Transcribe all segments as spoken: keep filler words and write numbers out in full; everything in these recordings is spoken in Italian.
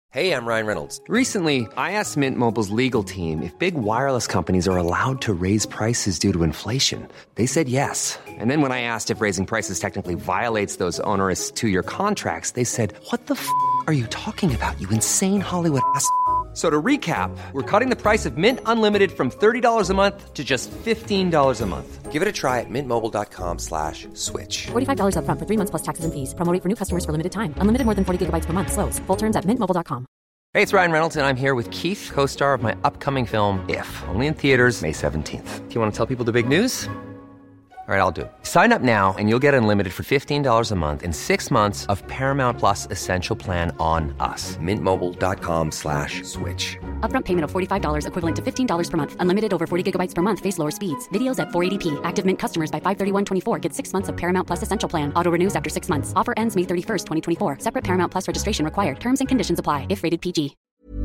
Hey, I'm Ryan Reynolds. Recently, I asked Mint Mobile's legal team if big wireless companies are allowed to raise prices due to inflation. They said yes. And then when I asked if raising prices technically violates those onerous two-year contracts, they said, "What the f*** are you talking about, you insane Hollywood ass?" So to recap, we're cutting the price of Mint Unlimited from thirty dollars a month to just fifteen dollars a month. Give it a try at mintmobile.com slash switch. forty-five dollars up front for three months plus taxes and fees. Promo rate for new customers for limited time. Unlimited more than forty gigabytes per month. Slows full terms at mint mobile dot com. Hey, it's Ryan Reynolds, and I'm here with Keith, co-star of my upcoming film, If, only in theaters May seventeenth. Do you want to tell people the big news? All right, I'll do it. Sign up now and you'll get unlimited for fifteen dollars a month and six months of Paramount Plus Essential Plan on us. Mintmobile.com slash switch. Upfront payment of forty-five dollars equivalent to fifteen dollars per month. Unlimited over forty gigabytes per month. Face lower speeds. Videos at four eighty p. Active Mint customers by five thirty-one twenty-four get six months of Paramount Plus Essential Plan. Auto renews after six months. Offer ends May thirty-first, twenty twenty-four. Separate Paramount Plus registration required. Terms and conditions apply if rated P G.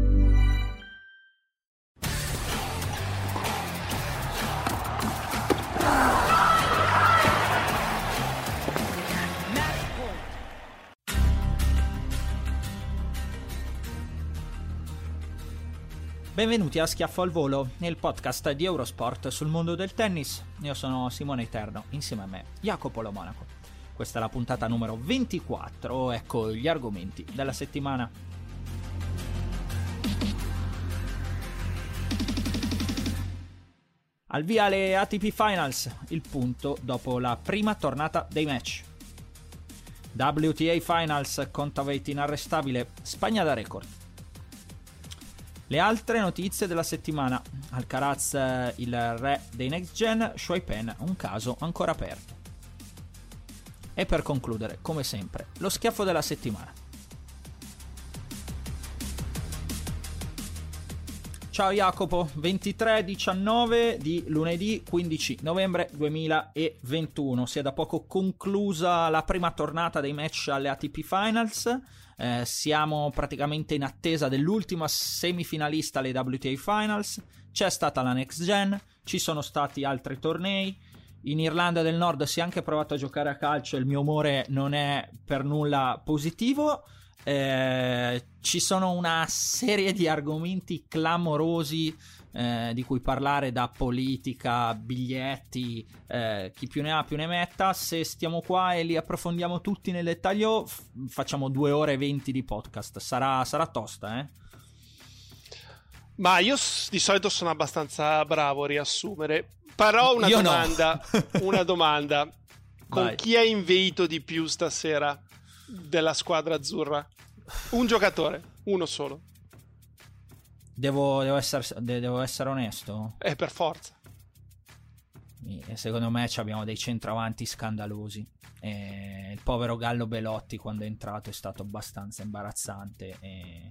Benvenuti a Schiaffo al Volo, il podcast di Eurosport sul mondo del tennis. Io sono Simone Eterno, insieme a me Jacopo Lo Monaco. Questa è la puntata numero ventiquattro, ecco gli argomenti della settimana. Al via le A T P Finals, il punto dopo la prima tornata dei match. W T A Finals, Kontaveit inarrestabile, Spagna da record. Le altre notizie della settimana: Alcaraz il re dei next gen, Shuai Pen un caso ancora aperto. E per concludere, come sempre, lo schiaffo della settimana. Ciao Jacopo, ventitré diciannove di lunedì quindici novembre duemilaventuno. Si è da poco conclusa la prima tornata dei match alle A T P Finals. Eh, siamo praticamente in attesa dell'ultima semifinalista alle W T A Finals. C'è stata la Next Gen, ci sono stati altri tornei. In Irlanda del Nord si è anche provato a giocare a calcio e il mio umore non è per nulla positivo. Eh, ci sono una serie di argomenti clamorosi eh, di cui parlare, da politica, biglietti, eh, chi più ne ha più ne metta. Se stiamo qua e li approfondiamo tutti nel dettaglio, f- facciamo due ore e venti di podcast. Sarà, sarà tosta, eh? Ma io s- di solito sono abbastanza bravo a riassumere. Però una io domanda, no. una domanda. Con Vai. chi hai inveito di più stasera della squadra azzurra? Un giocatore, uno solo. Devo, devo, essere, devo essere onesto. Eh, per forza. E secondo me abbiamo dei centravanti scandalosi. E il povero Gallo Belotti, quando è entrato, è stato abbastanza imbarazzante. E...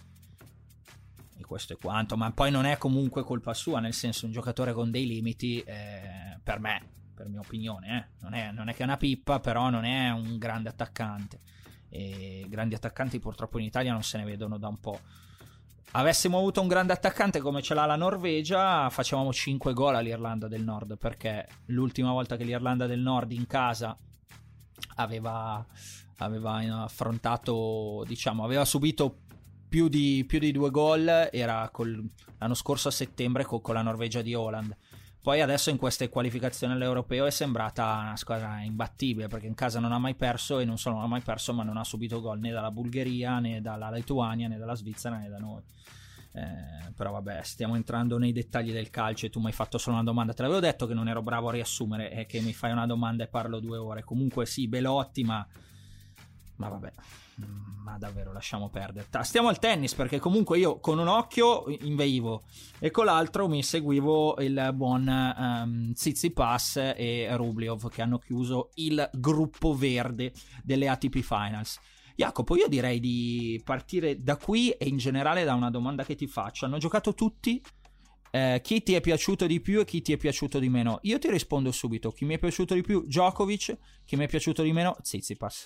e questo è quanto. Ma poi non è comunque colpa sua, nel senso, un giocatore con dei limiti, eh, per me, per mia opinione, eh, non, è, non è che è una pippa, però non è un grande attaccante. E grandi attaccanti purtroppo in Italia non se ne vedono da un po'. Avessimo avuto un grande attaccante come ce l'ha la Norvegia, facevamo cinque gol all'Irlanda del Nord, perché l'ultima volta che l'Irlanda del Nord in casa aveva, aveva affrontato, diciamo, aveva subito più di, più di due gol era col, l'anno scorso a settembre con, con la Norvegia di Haaland. Poi adesso in queste qualificazioni all'Europeo è sembrata una squadra imbattibile, perché in casa non ha mai perso, e non solo non ha mai perso, ma non ha subito gol né dalla Bulgaria, né dalla Lituania, né dalla Svizzera, né da noi. Eh, però vabbè, stiamo entrando nei dettagli del calcio e tu mi hai fatto solo una domanda. Te l'avevo detto che non ero bravo a riassumere e che mi fai una domanda e parlo due ore. Comunque sì, Belotti, ma... ma vabbè... ma davvero lasciamo perdere. Stiamo al tennis, perché comunque io con un occhio inveivo e con l'altro mi seguivo il buon um, Tsitsipas e Rublev, che hanno chiuso il gruppo verde delle A T P Finals. Jacopo, io direi di partire da qui e in generale da una domanda che ti faccio. Hanno giocato tutti? Eh, chi ti è piaciuto di più e chi ti è piaciuto di meno? Io ti rispondo subito. Chi mi è piaciuto di più? Djokovic. Chi mi è piaciuto di meno? Tsitsipas.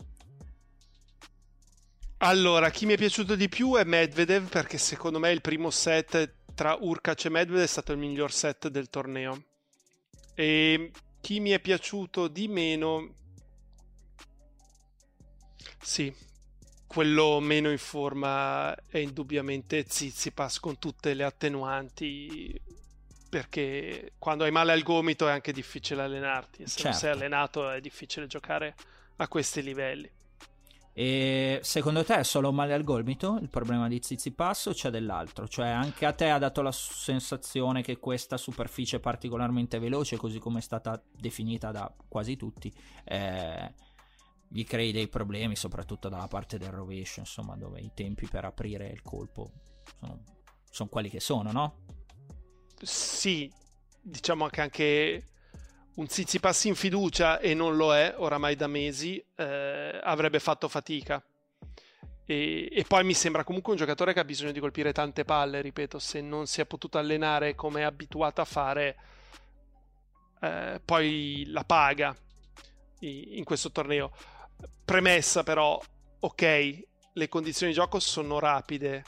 Allora, chi mi è piaciuto di più è Medvedev, perché secondo me il primo set tra Hurkacz e Medvedev è stato il miglior set del torneo. E chi mi è piaciuto di meno... Sì, quello meno in forma è indubbiamente Tsitsipas, con tutte le attenuanti, perché quando hai male al gomito è anche difficile allenarti, e se Certo. non sei allenato è difficile giocare a questi livelli. E secondo te è solo male al gomito il problema di Tsitsipas o c'è dell'altro? Cioè anche a te ha dato la sensazione che questa superficie particolarmente veloce, così come è stata definita da quasi tutti, eh, gli crei dei problemi, soprattutto dalla parte del rovescio, insomma, dove i tempi per aprire il colpo sono, sono quelli che sono, no? Sì, diciamo che anche un Tsitsipas in fiducia, e non lo è oramai da mesi, eh, avrebbe fatto fatica. E, e poi mi sembra comunque un giocatore che ha bisogno di colpire tante palle, ripeto, se non si è potuto allenare come è abituato a fare, eh, poi la paga in questo torneo. Premessa però, ok, le condizioni di gioco sono rapide,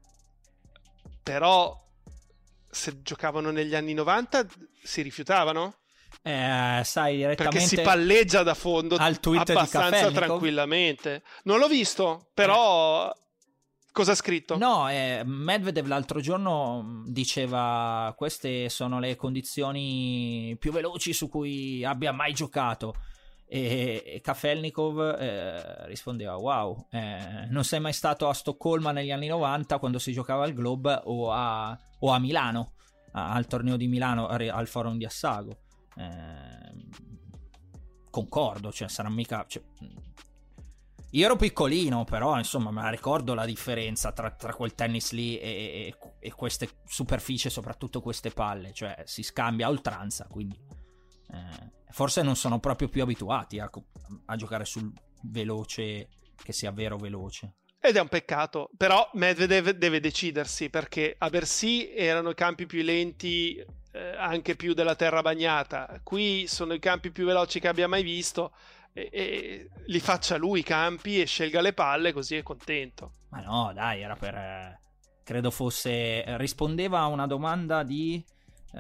però se giocavano negli anni novanta si rifiutavano? Eh, sai, direttamente Perché si palleggia da fondo al tweet abbastanza di Kafelnikov. tranquillamente. Non l'ho visto, però eh. Cosa ha scritto? No, eh, Medvedev l'altro giorno diceva queste sono le condizioni più veloci su cui abbia mai giocato, e, e Kafelnikov eh, rispondeva wow, eh, non sei mai stato a Stoccolma negli anni novanta quando si giocava al Globe o a, o a Milano, a, al torneo di Milano, al Forum di Assago. Eh, concordo, cioè sarà mica, cioè, io ero piccolino, però insomma me la ricordo la differenza tra, tra quel tennis lì e, e, e queste superfici, soprattutto queste palle, cioè si scambia a oltranza, quindi eh, forse non sono proprio più abituati a, a giocare sul veloce, che sia vero veloce. Ed è un peccato, però Medvedev deve decidersi, perché a Bercy erano i campi più lenti, eh, anche più della terra bagnata. Qui sono i campi più veloci che abbia mai visto, e, e li faccia lui i campi e scelga le palle, così è contento. Ma no, dai, era per... Eh, credo fosse... rispondeva a una domanda di... Eh,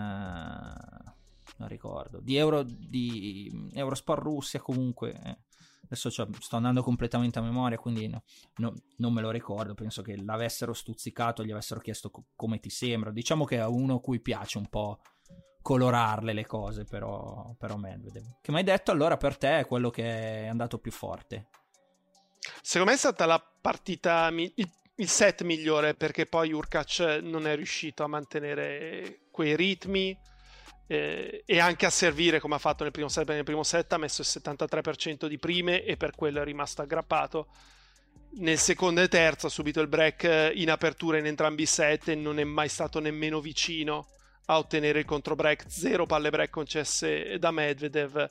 non ricordo, di Euro di Eurosport Russia, comunque... Eh. Adesso cioè, sto andando completamente a memoria, quindi no, no, non me lo ricordo. Penso che l'avessero stuzzicato, gli avessero chiesto co- come ti sembra. Diciamo che è uno a cui piace un po' colorarle le cose, però, però Medvedev. Che mi hai detto allora per te è quello che è andato più forte? Secondo me è stata la partita, mi- il, il set migliore, perché poi Hurkacz non è riuscito a mantenere quei ritmi. Eh, e anche a servire come ha fatto nel primo set. Nel primo set ha messo il settantatré per cento di prime e per quello è rimasto aggrappato. Nel secondo e terzo ha subito il break in apertura in entrambi i set e non è mai stato nemmeno vicino a ottenere il contro break. Zero palle break concesse da Medvedev,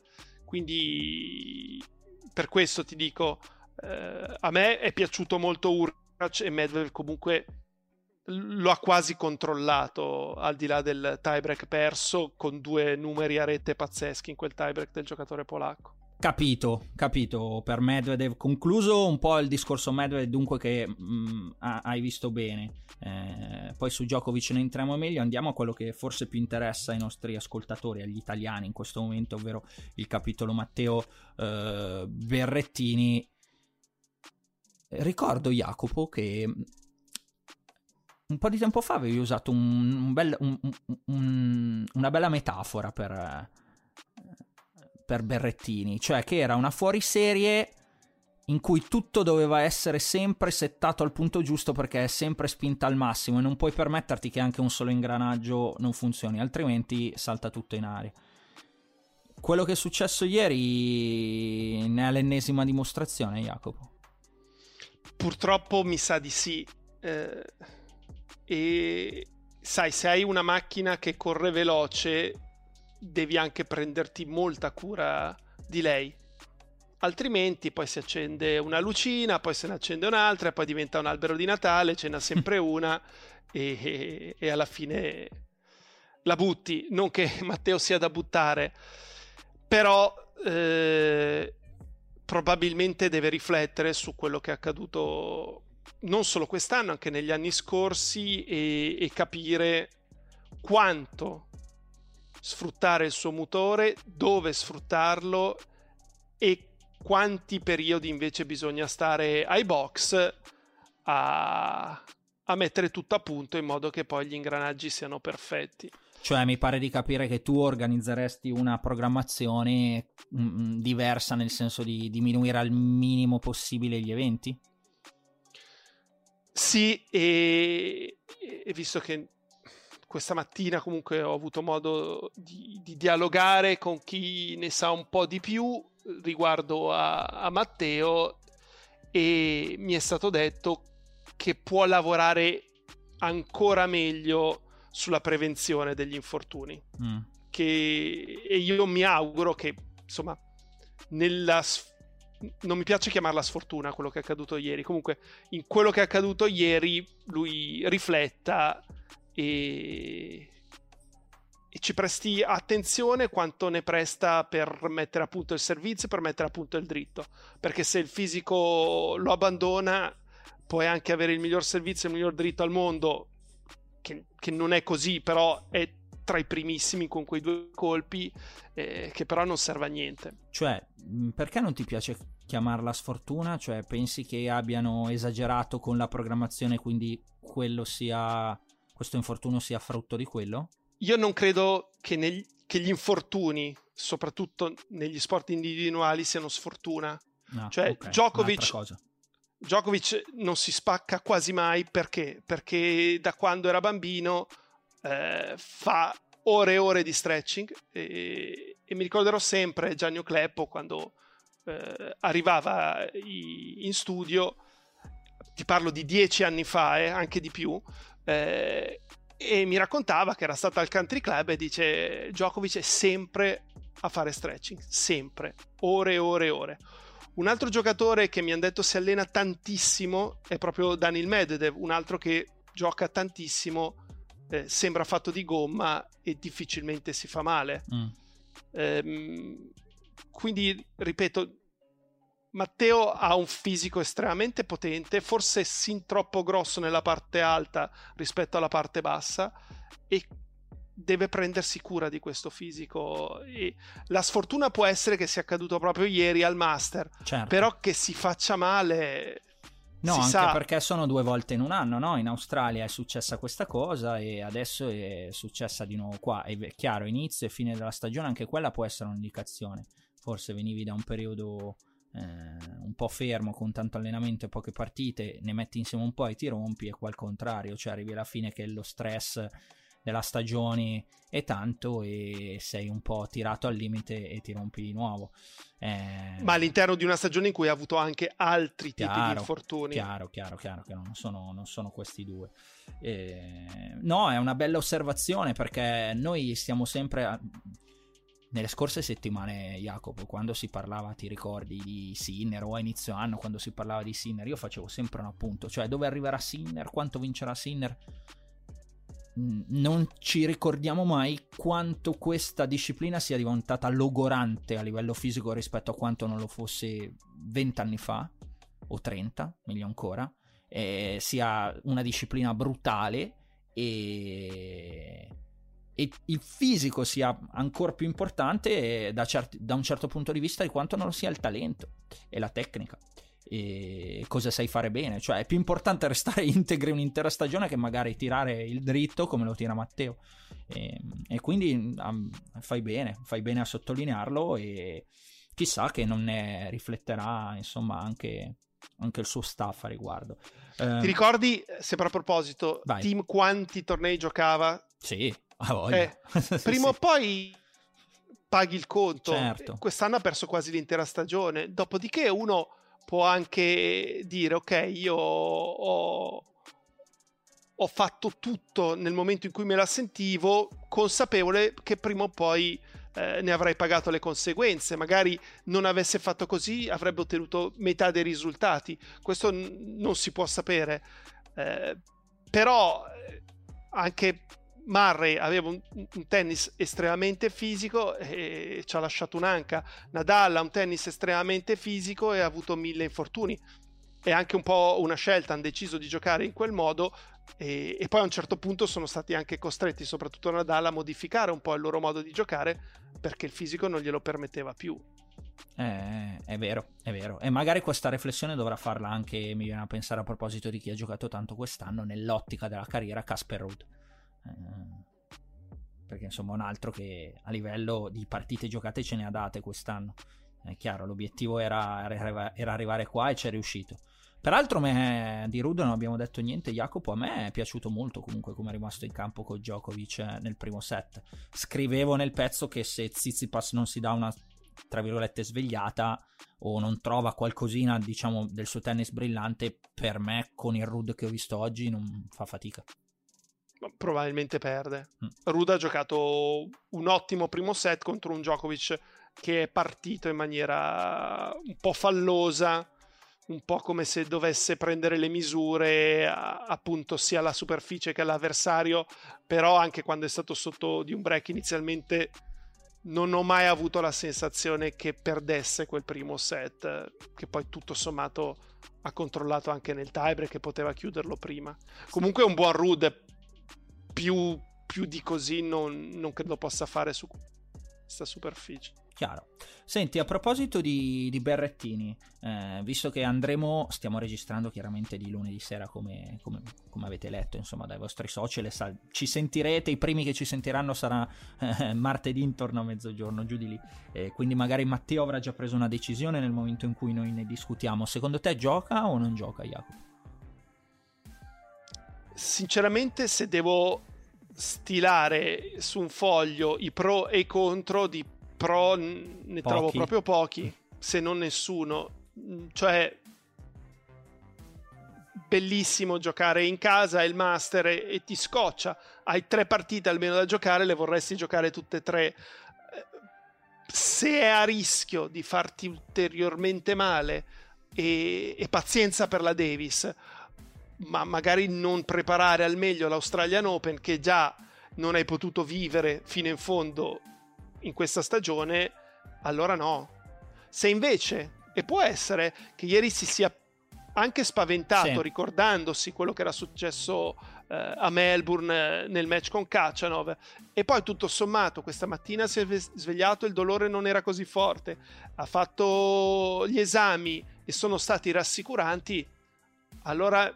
quindi per questo ti dico, eh, a me è piaciuto molto Hurkacz, e Medvedev comunque lo ha quasi controllato, al di là del tiebreak perso, con due numeri a rete pazzeschi in quel tiebreak del giocatore polacco. Capito, capito. Per Medvedev concluso un po' il discorso Medvedev, dunque, che mh, hai visto bene. Eh, poi su Djokovic ne entriamo meglio, andiamo a quello che forse più interessa ai nostri ascoltatori, agli italiani in questo momento, ovvero il capitolo Matteo eh, Berrettini. Ricordo, Jacopo, che un po' di tempo fa avevi usato un, un bel, un, un, una bella metafora per, per Berrettini, cioè che era una fuoriserie in cui tutto doveva essere sempre settato al punto giusto, perché è sempre spinta al massimo e non puoi permetterti che anche un solo ingranaggio non funzioni, altrimenti salta tutto in aria. Quello che è successo ieri ne è l'ennesima dimostrazione, Jacopo? Purtroppo mi sa di sì. Eh... E sai, se hai una macchina che corre veloce devi anche prenderti molta cura di lei, altrimenti poi si accende una lucina, poi se ne accende un'altra e poi diventa un albero di Natale, ce n'è sempre una e, e, e alla fine la butti. Non che Matteo sia da buttare, però eh, probabilmente deve riflettere su quello che è accaduto non solo quest'anno, anche negli anni scorsi, e, e capire quanto sfruttare il suo motore, dove sfruttarlo e quanti periodi invece bisogna stare ai box a, a mettere tutto a punto in modo che poi gli ingranaggi siano perfetti. Cioè mi pare di capire che tu organizzeresti una programmazione mh, diversa, nel senso di diminuire al minimo possibile gli eventi? Sì, e, e visto che questa mattina comunque ho avuto modo di, di dialogare con chi ne sa un po' di più riguardo a, a Matteo, e mi è stato detto che può lavorare ancora meglio sulla prevenzione degli infortuni, mm. che, e io mi auguro che insomma nella non mi piace chiamarla sfortuna quello che è accaduto ieri, comunque in quello che è accaduto ieri lui rifletta e, e ci presti attenzione quanto ne presta per mettere a punto il servizio, per mettere a punto il dritto, perché se il fisico lo abbandona puoi anche avere il miglior servizio e il miglior dritto al mondo, che, che non è così, però è tra i primissimi con quei due colpi, eh, che però non serve a niente. Cioè, perché non ti piace chiamarla sfortuna? Cioè, pensi che abbiano esagerato con la programmazione, quindi quello sia, questo infortunio sia frutto di quello? Io non credo che, negli, che gli infortuni, soprattutto negli sport individuali, siano sfortuna. No, cioè, okay, Djokovic... Djokovic non si spacca quasi mai, perché? Perché da quando era bambino eh, fa ore e ore di stretching, e, e mi ricorderò sempre Gianni Cleppo quando eh, arrivava in studio, ti parlo di dieci anni fa, eh, anche di più, eh, e mi raccontava che era stato al country club e dice Djokovic è sempre a fare stretching, sempre, ore e ore e ore. Un altro giocatore che mi hanno detto si allena tantissimo è proprio Daniil Medvedev, un altro che gioca tantissimo, eh, sembra fatto di gomma e difficilmente si fa male. Mm. Ehm, quindi, ripeto, Matteo ha un fisico estremamente potente, forse sin troppo grosso nella parte alta rispetto alla parte bassa, e deve prendersi cura di questo fisico. E la sfortuna può essere che sia accaduto proprio ieri al Master, certo. Però che si faccia male, no, si anche sa. Perché sono due volte in un anno, no? In Australia è successa questa cosa e adesso è successa di nuovo qua. È chiaro, inizio e fine della stagione, anche quella può essere un'indicazione. Forse venivi da un periodo eh, un po' fermo con tanto allenamento e poche partite, ne metti insieme un po' e ti rompi, e qua al contrario, cioè arrivi alla fine che lo stress della stagione è tanto e sei un po' tirato al limite e ti rompi di nuovo, eh... ma all'interno di una stagione in cui hai avuto anche altri chiaro, tipi di infortuni. Chiaro, chiaro, chiaro che non sono, non sono questi due. Eh... No, è una bella osservazione, perché noi stiamo sempre a... nelle scorse settimane, Jacopo, quando si parlava, ti ricordi, di Sinner, o a inizio anno quando si parlava di Sinner, io facevo sempre un appunto, cioè dove arriverà Sinner, quanto vincerà Sinner. Non ci ricordiamo mai quanto questa disciplina sia diventata logorante a livello fisico rispetto a quanto non lo fosse vent'anni fa o trenta, meglio ancora, e sia una disciplina brutale e, e il fisico sia ancora più importante da, certi, da un certo punto di vista di quanto non lo sia il talento e la tecnica e cosa sai fare bene. Cioè è più importante restare integri un'intera stagione che magari tirare il dritto come lo tira Matteo, e, e quindi um, fai bene fai bene a sottolinearlo, e chissà che non ne rifletterà insomma anche, anche il suo staff a riguardo. Ti ricordi, sempre a proposito, Vai. Team quanti tornei giocava? Sì, a voglia. Eh, prima o sì. poi paghi il conto. Certo. Quest'anno ha perso quasi l'intera stagione, dopodiché uno può anche dire ok, io ho, ho fatto tutto nel momento in cui me la sentivo, consapevole che prima o poi eh, ne avrei pagato le conseguenze. Magari non avesse fatto così, avrebbe ottenuto metà dei risultati. Questo n- non si può sapere, eh, però anche Murray aveva un, un tennis estremamente fisico e ci ha lasciato un'anca. Nadal ha un tennis estremamente fisico e ha avuto mille infortuni. È anche un po' una scelta, hanno deciso di giocare in quel modo e, e poi a un certo punto sono stati anche costretti, soprattutto Nadal, a modificare un po' il loro modo di giocare perché il fisico non glielo permetteva più. Eh, è vero, è vero. E magari questa riflessione dovrà farla anche, mi viene a pensare a proposito di chi ha giocato tanto quest'anno, nell'ottica della carriera, Casper Ruud. Eh, perché insomma un altro che a livello di partite giocate ce ne ha date quest'anno. È chiaro, l'obiettivo era, era arrivare qua e ci è riuscito. Peraltro me, di Ruud non abbiamo detto niente, Jacopo. A me è piaciuto molto comunque come è rimasto in campo con Djokovic nel primo set. Scrivevo nel pezzo che se Tsitsipas non si dà una, tra virgolette, svegliata o non trova qualcosina, diciamo, del suo tennis brillante, per me con il Ruud che ho visto oggi non fa fatica. Probabilmente perde. Mm. Ruud ha giocato un ottimo primo set contro un Djokovic che è partito in maniera un po' fallosa, un po' come se dovesse prendere le misure a, appunto sia alla superficie che all'avversario, però anche quando è stato sotto di un break inizialmente non ho mai avuto la sensazione che perdesse quel primo set, che poi tutto sommato ha controllato anche nel tiebreak e poteva chiuderlo prima. Comunque è un buon Ruud, più, più di così non, non credo possa fare su questa superficie. Chiaro. Senti, a proposito di, di Berrettini, eh, visto che andremo, stiamo registrando chiaramente di lunedì sera come, come, come avete letto insomma dai vostri social, sa, ci sentirete, i primi che ci sentiranno sarà eh, martedì intorno a mezzogiorno, giù di lì, eh, quindi magari Matteo avrà già preso una decisione nel momento in cui noi ne discutiamo. Secondo te gioca o non gioca, Jacopo? Sinceramente, se devo stilare su un foglio i pro e i contro, di pro ne pochi. Trovo proprio pochi, se non nessuno. Cioè, bellissimo giocare in casa, è il Master e, e ti scoccia. Hai tre partite almeno da giocare, le vorresti giocare tutte e tre. Se è a rischio di farti ulteriormente male, e, e pazienza per la Davis, ma magari non preparare al meglio l'Australian Open, che già non hai potuto vivere fino in fondo in questa stagione, allora no. Se invece, e può essere che ieri si sia anche spaventato, sì, ricordandosi quello che era successo eh, a Melbourne eh, nel match con Khachanov, e poi tutto sommato questa mattina si è svegliato, il dolore non era così forte, ha fatto gli esami e sono stati rassicuranti, allora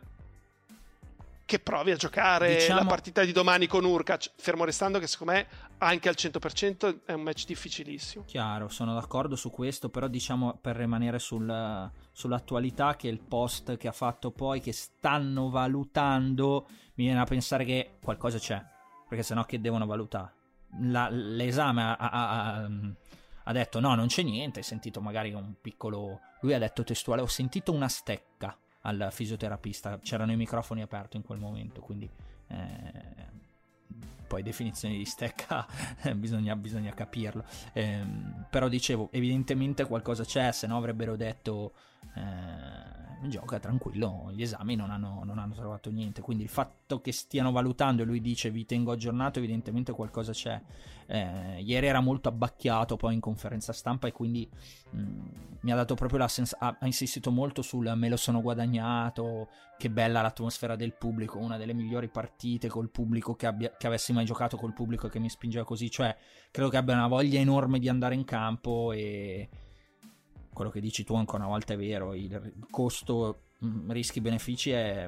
che provi a giocare, diciamo, la partita di domani con Hurkacz, fermo restando che secondo me anche al cento per cento è un match difficilissimo. Chiaro, sono d'accordo su questo, però diciamo, per rimanere sul, sull'attualità, che il post che ha fatto poi, che stanno valutando, mi viene a pensare che qualcosa c'è, perché sennò che devono valutare? La, l'esame ha, ha, ha detto no, non c'è niente, hai sentito magari un piccolo, lui ha detto testuale, ho sentito una stecca al fisioterapista, c'erano i microfoni aperti in quel momento, quindi eh, poi definizioni di stecca bisogna, bisogna capirlo, eh, però dicevo, evidentemente qualcosa c'è, se no avrebbero detto eh, gioca tranquillo, gli esami non hanno, non hanno trovato niente, quindi il fatto che stiano valutando e lui dice vi tengo aggiornato, evidentemente qualcosa c'è. Eh, ieri era molto abbacchiato poi in conferenza stampa e quindi mh, mi ha dato proprio la sensazione, ha, ha insistito molto sul me lo sono guadagnato, che bella l'atmosfera del pubblico, una delle migliori partite col pubblico che, abbia, che avessi mai giocato, col pubblico che mi spingeva così, cioè credo che abbia una voglia enorme di andare in campo, e quello che dici tu ancora una volta è vero, il costo mh, rischi-benefici è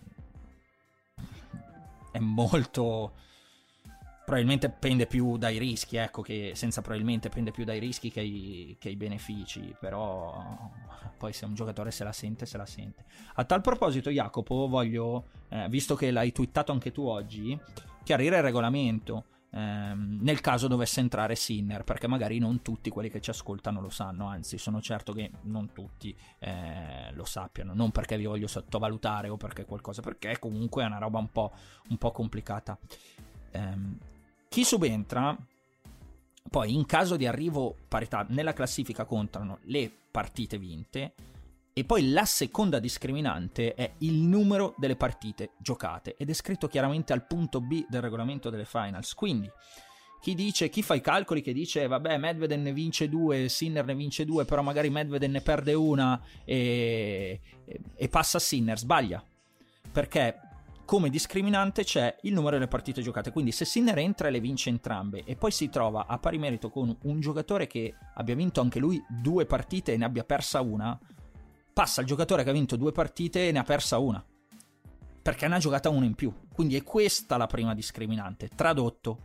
è molto, probabilmente pende più dai rischi, ecco, che senza probabilmente pende più dai rischi che i, che i benefici, però poi se un giocatore se la sente, se la sente. A tal proposito, Jacopo, voglio, eh, visto che l'hai twittato anche tu oggi, chiarire il regolamento, ehm, nel caso dovesse entrare Sinner, perché magari non tutti quelli che ci ascoltano lo sanno, anzi sono certo che non tutti eh, lo sappiano, non perché vi voglio sottovalutare o perché qualcosa, perché comunque è una roba un po', un po' complicata. Um, chi subentra poi in caso di arrivo parità nella classifica contano le partite vinte, e poi la seconda discriminante è il numero delle partite giocate, ed è scritto chiaramente al punto B del regolamento delle finals. Quindi chi dice, chi fa i calcoli che dice vabbè Medvedev ne vince due, Sinner ne vince due, però magari Medvedev ne perde una e, e, e passa Sinner, sbaglia, perché come discriminante c'è il numero delle partite giocate, quindi se Sinner entra e le vince entrambe e poi si trova a pari merito con un giocatore che abbia vinto anche lui due partite e ne abbia persa una, passa al giocatore che ha vinto due partite e ne ha persa una, perché ne ha giocata una in più. Quindi è questa la prima discriminante. Tradotto,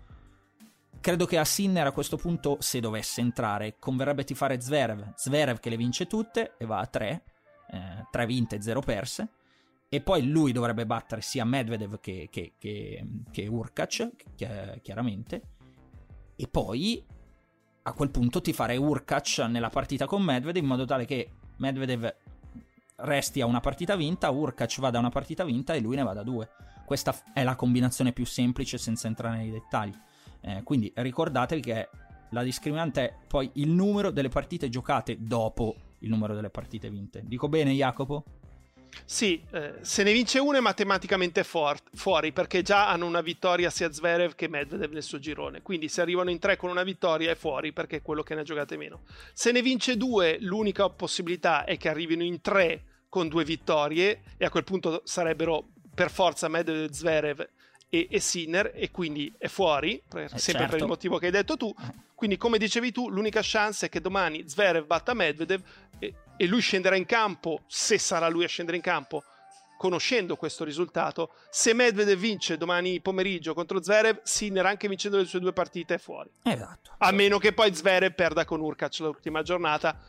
credo che a Sinner a questo punto, se dovesse entrare, converrebbe tifare Zverev Zverev che le vince tutte e va a tre, eh, tre vinte e zero perse, e poi lui dovrebbe battere sia Medvedev che, che, che, che Hurkacz, chiaramente, e poi a quel punto tifare Hurkacz nella partita con Medvedev, in modo tale che Medvedev resti a una partita vinta, Hurkacz vada a una partita vinta e lui ne vada a due. Questa è la combinazione più semplice senza entrare nei dettagli. Eh, quindi ricordatevi che la discriminante è poi il numero delle partite giocate dopo il numero delle partite vinte. Dico bene, Jacopo? Sì, eh, se ne vince uno è matematicamente for- fuori, perché già hanno una vittoria sia Zverev che Medvedev nel suo girone, quindi se arrivano in tre con una vittoria è fuori, perché è quello che ne ha giocate meno. Se ne vince due, l'unica possibilità è che arrivino in tre con due vittorie, e a quel punto sarebbero per forza Medvedev, Zverev e, e Sinner, e quindi è fuori, per, eh, sempre certo. per il motivo che hai detto tu. Quindi, come dicevi tu, l'unica chance è che domani Zverev batta Medvedev e, e lui scenderà in campo, se sarà lui a scendere in campo, conoscendo questo risultato. Se Medvedev vince domani pomeriggio contro Zverev, Sinner, anche vincendo le sue due partite, è fuori. Esatto. A meno che poi Zverev perda con Hurkacz l'ultima giornata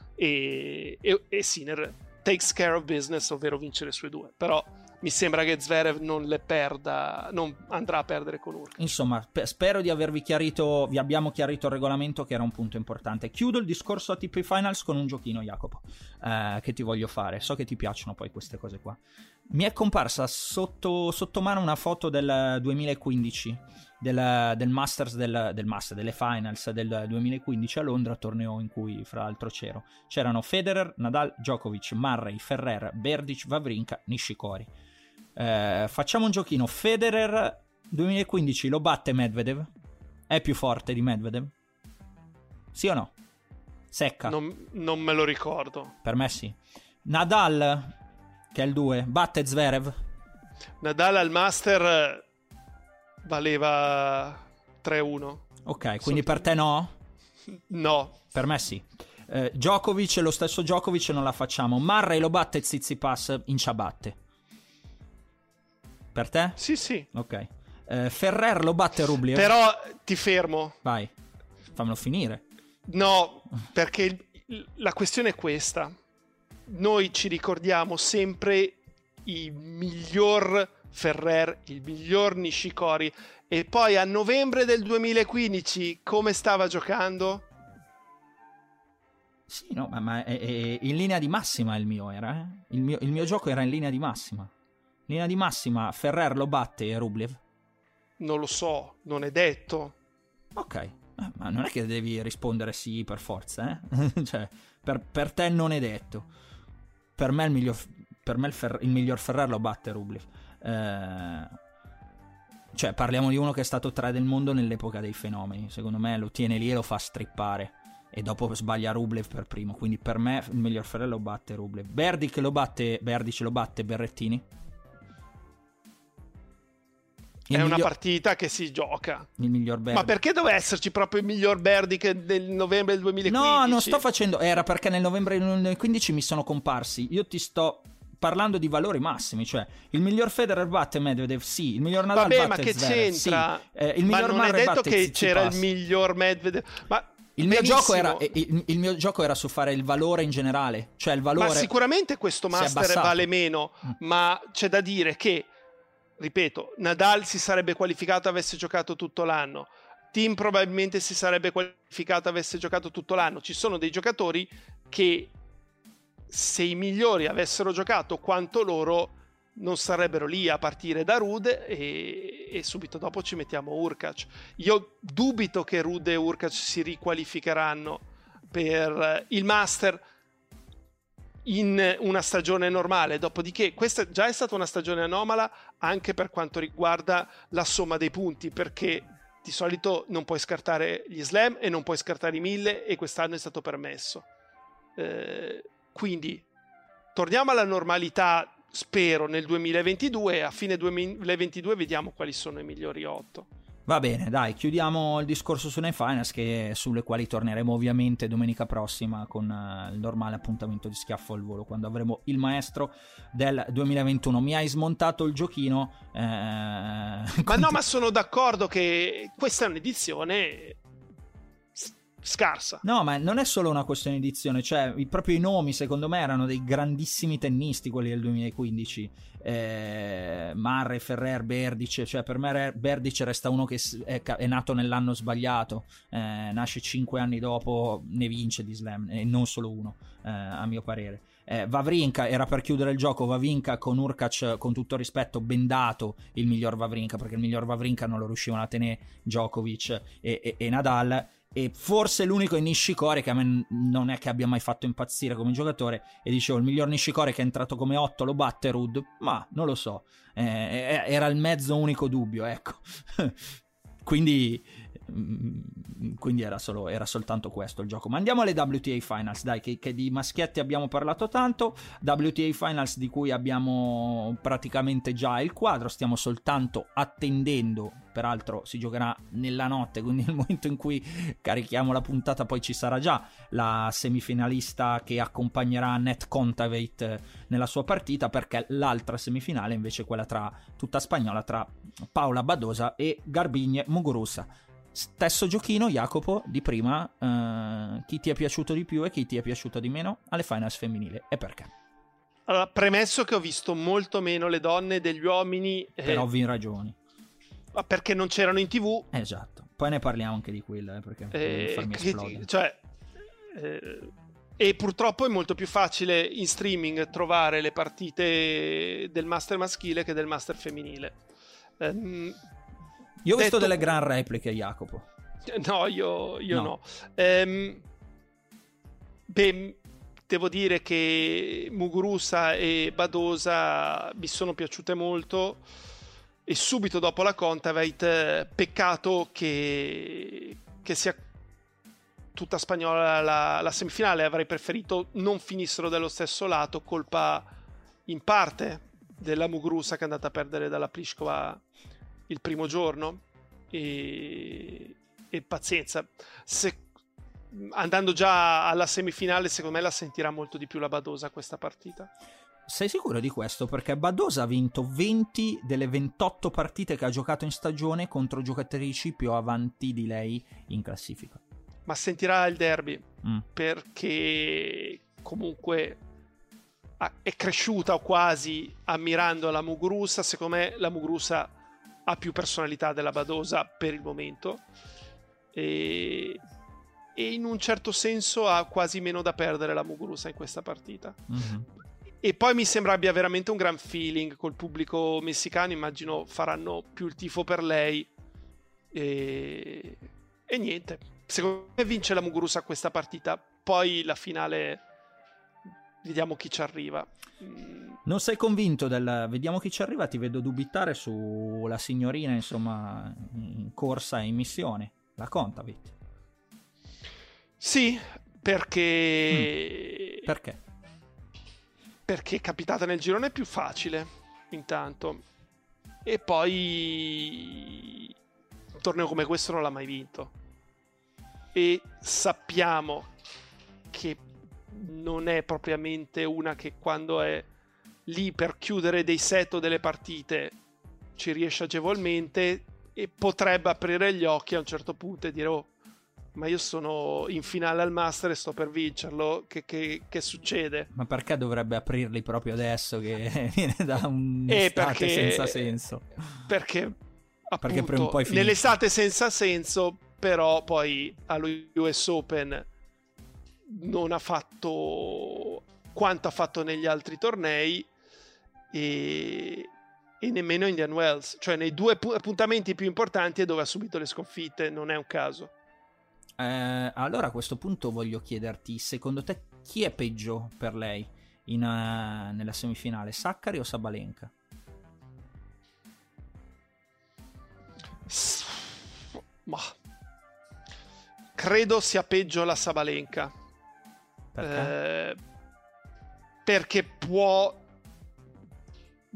e, e, e Sinner takes care of business, ovvero vince le sue due. Però mi sembra che Zverev non le perda, non andrà a perdere con Hurkacz. Insomma, pe- spero di avervi chiarito, vi abbiamo chiarito il regolamento, che era un punto importante. Chiudo il discorso A T P Finals con un giochino, Jacopo, eh, che ti voglio fare. So che ti piacciono poi queste cose qua. Mi è comparsa sotto, sotto mano una foto del duemilaquindici, del, del Masters, del, del Master, delle Finals del duemilaquindici a Londra, torneo in cui fra l'altro c'ero. C'erano Federer, Nadal, Djokovic, Murray, Ferrer, Berdych, Wawrinka, Nishikori. Eh, facciamo un giochino. Federer duemilaquindici lo batte Medvedev? È più forte di Medvedev? Sì o no? Secca. Non, non me lo ricordo. Per me sì. Nadal, che è il due, batte Zverev? Nadal al Master valeva tre uno. Ok, quindi per te no? No. Per me sì. eh, Djokovic, lo stesso Djokovic non la facciamo. Murray lo batte Tsitsipas in ciabatte? Per te? Sì, sì. Ok. eh, Ferrer lo batte Rublev? Però ti fermo. Vai, fammelo finire. No, perché il, il, la questione è questa. Noi ci ricordiamo sempre il miglior Ferrer, il miglior Nishikori, e poi a novembre del duemilaquindici come stava giocando? Sì, no, ma, ma è, è in linea di massima il mio era, eh? il, mio, il mio gioco era in linea di massima. In linea di massima Ferrer lo batte Rublev? Non lo so, non è detto. Ok, eh, ma non è che devi rispondere sì per forza, eh? Cioè, per, per te non è detto. Per me il miglior, per me il, Fer, il miglior Ferrer lo batte Rublev. Eh, cioè, parliamo di uno che è stato tre del mondo nell'epoca dei fenomeni. Secondo me lo tiene lì e lo fa strippare, e dopo sbaglia Rublev per primo. Quindi per me il miglior Ferrer lo batte Rublev. Berdych lo batte Berdych lo batte Berrettini? Il è miglior... una partita che si gioca. Il miglior Berdych. Ma perché doveva esserci proprio il miglior Berdych del novembre del duemilaquindici? No, non sto facendo... Era perché nel novembre del duemilaquindici mi sono comparsi. Io ti sto parlando di valori massimi. Cioè, il miglior Federer batte Medvedev? Sì. Il miglior Nadal Vabbè, batte ma che Zverev? c'entra? Sì. Eh, il miglior ma non Murray è detto batte che Tsitsipas. c'era il miglior Medvedev. Ma... Il mio, gioco era, Benissimo. il, il mio gioco era su fare il valore in generale. Cioè il valore... Ma sicuramente questo si è Master abbassato. vale meno. Mm. Ma c'è da dire che, ripeto, Nadal si sarebbe qualificato avesse giocato tutto l'anno. Tim probabilmente si sarebbe qualificato avesse giocato tutto l'anno. Ci sono dei giocatori che, se i migliori avessero giocato quanto loro, non sarebbero lì a partire da Rude, e, e subito dopo ci mettiamo Hurkacz. Io dubito che Rude e Hurkacz si riqualificheranno per il Master in una stagione normale. Dopodiché questa già è stata una stagione anomala anche per quanto riguarda la somma dei punti, perché di solito non puoi scartare gli slam e non puoi scartare i mille, e quest'anno è stato permesso. Eh, quindi torniamo alla normalità spero nel duemilaventidue, a fine duemilaventidue vediamo quali sono i migliori otto. Va bene, dai, chiudiamo il discorso sulle finals, che sulle quali torneremo ovviamente domenica prossima con uh, il normale appuntamento di Schiaffo al Volo, quando avremo il maestro del duemilaventuno. Mi hai smontato il giochino. Eh, ma conti- no, ma sono d'accordo che questa è un'edizione scarsa. No, ma non è solo una questione di edizione, cioè i propri i nomi secondo me erano dei grandissimi tennisti quelli del duemilaquindici, eh, Murray, Ferrer, Berdych, cioè per me Berdych resta uno che è, è nato nell'anno sbagliato, eh, nasce cinque anni dopo, ne vince di slam e non solo uno, eh, a mio parere. Eh, Wawrinka era per chiudere il gioco, Wawrinka con Hurkacz, con tutto il rispetto, bendato il miglior Wawrinka, perché il miglior Wawrinka non lo riuscivano a tenere Djokovic e, e, e Nadal, e forse l'unico è Nishikori, che a me non è che abbia mai fatto impazzire come giocatore, e dicevo il miglior Nishikori che è entrato come otto lo batte Ruud, ma non lo so, eh, era il mezzo unico dubbio, ecco. quindi quindi era, solo, era soltanto questo il gioco. Ma andiamo alle W T A Finals, dai, che, che di maschietti abbiamo parlato tanto. W T A Finals di cui abbiamo praticamente già il quadro, stiamo soltanto attendendo, peraltro si giocherà nella notte, quindi nel momento in cui carichiamo la puntata poi ci sarà già la semifinalista che accompagnerà Net Kontaveit nella sua partita, perché l'altra semifinale invece è quella tra tutta spagnola, tra Paula Badosa e Garbiñe Muguruza. Stesso giochino, Jacopo, di prima, uh, chi ti è piaciuto di più e chi ti è piaciuto di meno alle finals femminili e perché? Allora, premesso che ho visto molto meno le donne degli uomini, per eh, ovvie ragioni, perché non c'erano in tv. Esatto, poi ne parliamo anche di quella, eh, perché eh, farmi che, esplodere. cioè, eh, e purtroppo è molto più facile in streaming trovare le partite del master maschile che del master femminile. Um, Io ho visto detto... delle gran repliche, Jacopo. No, io, io no. No. Um, beh, devo dire che Muguruza e Badosa mi sono piaciute molto, e subito dopo la Kontaveit, peccato che, che sia tutta spagnola la, la semifinale. Avrei preferito non finissero dello stesso lato, colpa in parte della Muguruza che è andata a perdere dalla Pliskova il primo giorno, e, e pazienza, se, andando già alla semifinale secondo me la sentirà molto di più la Badosa questa partita. Sei sicuro di questo? Perché Badosa ha vinto venti delle ventotto partite che ha giocato in stagione contro giocatrici più avanti di lei in classifica. Ma sentirà il derby, mm. perché comunque è cresciuta quasi ammirando la Muguruza. Secondo me la Muguruza ha più personalità della Badosa per il momento, e, e in un certo senso ha quasi meno da perdere la Muguruza in questa partita. Mm-hmm. E poi mi sembra abbia veramente un gran feeling col pubblico messicano, immagino faranno più il tifo per lei, e, e niente, secondo me vince la Muguruza questa partita, poi la finale vediamo chi ci arriva. Non sei convinto del vediamo chi ci arriva? Ti vedo dubitare sulla signorina, insomma, in corsa e in missione, la Kontaveit. Sì, perché mm. perché? Perché è capitata nel girone più facile intanto, e poi un torneo come questo non l'ha mai vinto, e sappiamo che non è propriamente una che quando è lì per chiudere dei set o delle partite ci riesce agevolmente, e potrebbe aprire gli occhi a un certo punto e dire: oh, ma io sono in finale al Master e sto per vincerlo, che, che, che succede? Ma perché dovrebbe aprirli proprio adesso che viene da un'estate eh perché, senza senso? Perché appunto perché un po' nell'estate senza senso, però poi allo U S Open non ha fatto quanto ha fatto negli altri tornei, e, e nemmeno Indian Wells, cioè nei due appuntamenti più importanti è dove ha subito le sconfitte, non è un caso. Eh, allora a questo punto voglio chiederti, secondo te chi è peggio per lei in, uh, nella semifinale, Sakkari o Sabalenka? S- ma credo sia peggio la Perché? Eh, perché può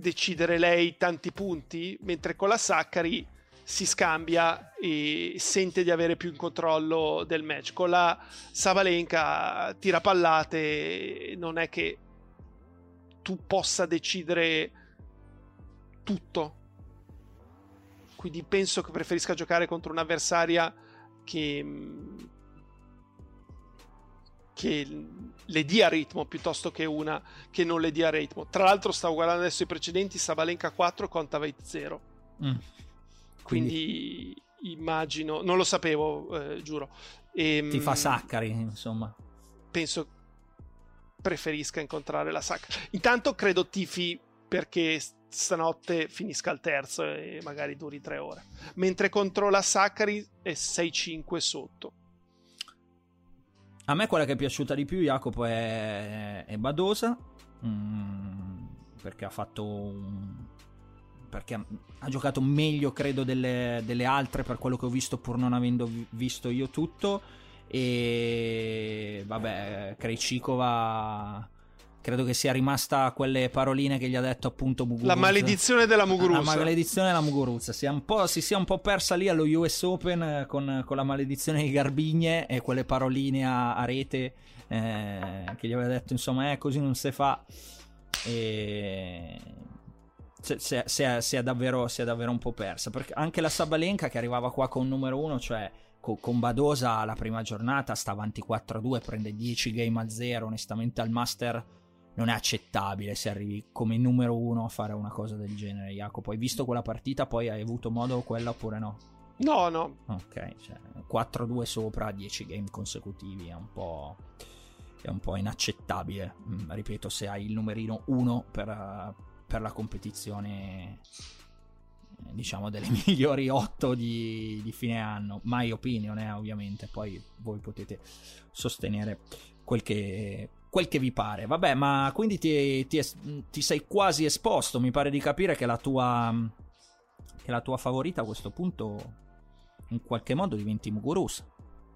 decidere lei tanti punti, mentre con la Sakkari si scambia e sente di avere più in controllo del match. Con la Sabalenka tira pallate, non è che tu possa decidere tutto, quindi penso che preferisca giocare contro un'avversaria che che le dia ritmo piuttosto che una che non le dia ritmo. Tra l'altro stavo guardando adesso i precedenti, Sabalenka quattro, Kontaveit zero. Mm. Quindi, quindi immagino, non lo sapevo, eh, giuro. E, ti fa Sakkari, insomma. Penso preferisca incontrare la Sakkari. Intanto credo tifi perché stanotte finisca il terzo e magari duri tre ore. Mentre contro la Sakkari è sei cinque sotto. A me quella che è piaciuta di più, Jacopo, è, è Badosa, mm, perché ha fatto un... perché ha giocato meglio, credo, delle, delle altre, per quello che ho visto, pur non avendo visto io tutto. E vabbè, Krejcikova credo che sia rimasta a quelle paroline che gli ha detto appunto Muguruza. La maledizione della Muguruza. La maledizione della Muguruza. Si, è un po', si sia un po' persa lì allo U S Open con, con la maledizione di Garbigne e quelle paroline a, a rete eh, che gli aveva detto, insomma, eh, così non si fa. E... Si è, si, è, si, è davvero, si è davvero un po' persa, perché anche la Sabalenka che arrivava qua con numero uno, cioè con, con Badosa la prima giornata sta avanti quattro a due, prende dieci game a zero. Onestamente al Master non è accettabile se arrivi come numero uno a fare una cosa del genere. Jacopo, hai visto quella partita? Poi hai avuto modo quella oppure no? No, no. Ok, cioè quattro a due sopra dieci game consecutivi è un po', è un po' inaccettabile. Mm, ripeto, se hai il numerino uno per, per la competizione, diciamo delle migliori otto di, di fine anno. My opinion, eh, ovviamente. Poi voi potete sostenere quel che... quel che vi pare. Vabbè, ma quindi ti, ti, ti sei quasi esposto, mi pare di capire che la tua che la tua favorita a questo punto in qualche modo diventi Muguruza.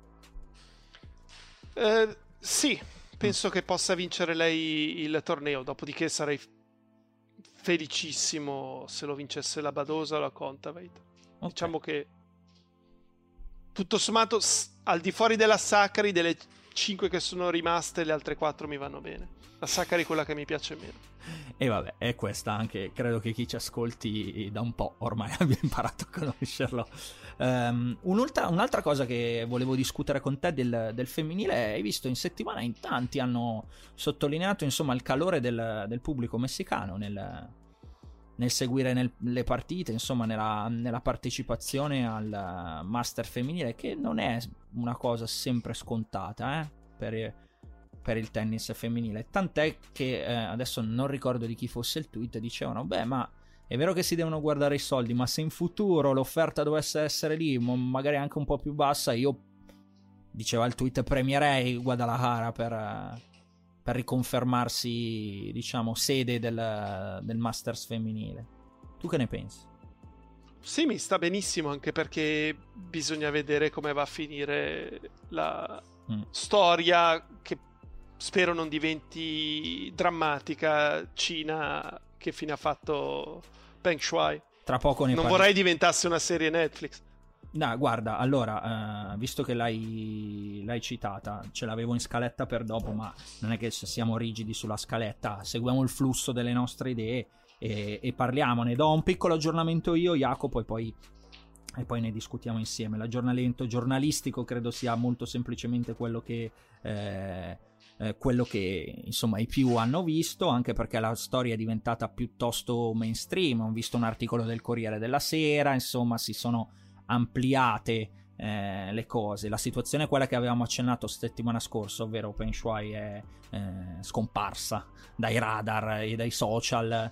Eh, sì, penso mm. che possa vincere lei il torneo, dopodiché sarei felicissimo se lo vincesse la Badosa o la Kontaveit. Okay. Diciamo che tutto sommato al di fuori della Sakkari, delle cinque che sono rimaste, le altre quattro mi vanno bene. La Sakkari è quella che mi piace meno. E vabbè, è questa anche, credo che chi ci ascolti da un po' ormai abbia imparato a conoscerlo. Um, un'altra, un'altra cosa che volevo discutere con te del, del femminile, hai visto in settimana in tanti hanno sottolineato insomma il calore del, del pubblico messicano nel, nel seguire nel, le partite, insomma nella, nella partecipazione al Master femminile, che non è una cosa sempre scontata eh, per, per il tennis femminile, tant'è che eh, adesso non ricordo di chi fosse il tweet, dicevano beh ma è vero che si devono guardare i soldi, ma se in futuro l'offerta dovesse essere lì magari anche un po' più bassa, io, diceva il tweet, premierei Guadalajara per, per riconfermarsi, diciamo, sede del, del Masters femminile. Tu che ne pensi? Sì, mi sta benissimo, anche perché bisogna vedere come va a finire la mm. storia, che spero non diventi drammatica. Cina, che fine ha fatto Peng Shuai? Tra poco ne non parli. Vorrei diventasse una serie Netflix. No, guarda, allora, uh, visto che l'hai, l'hai citata, ce l'avevo in scaletta per dopo, ma non è che siamo rigidi sulla scaletta, seguiamo il flusso delle nostre idee e, e parliamone. Do un piccolo aggiornamento io, Jacopo, e poi, e poi ne discutiamo insieme. L'aggiornamento giornalistico credo sia molto semplicemente quello che... Eh, Eh, quello che insomma i più hanno visto, anche perché la storia è diventata piuttosto mainstream. Ho visto un articolo del Corriere della Sera, insomma si sono ampliate eh, le cose. La situazione è quella che avevamo accennato settimana scorsa, ovvero Peng Shuai è eh, scomparsa dai radar e dai social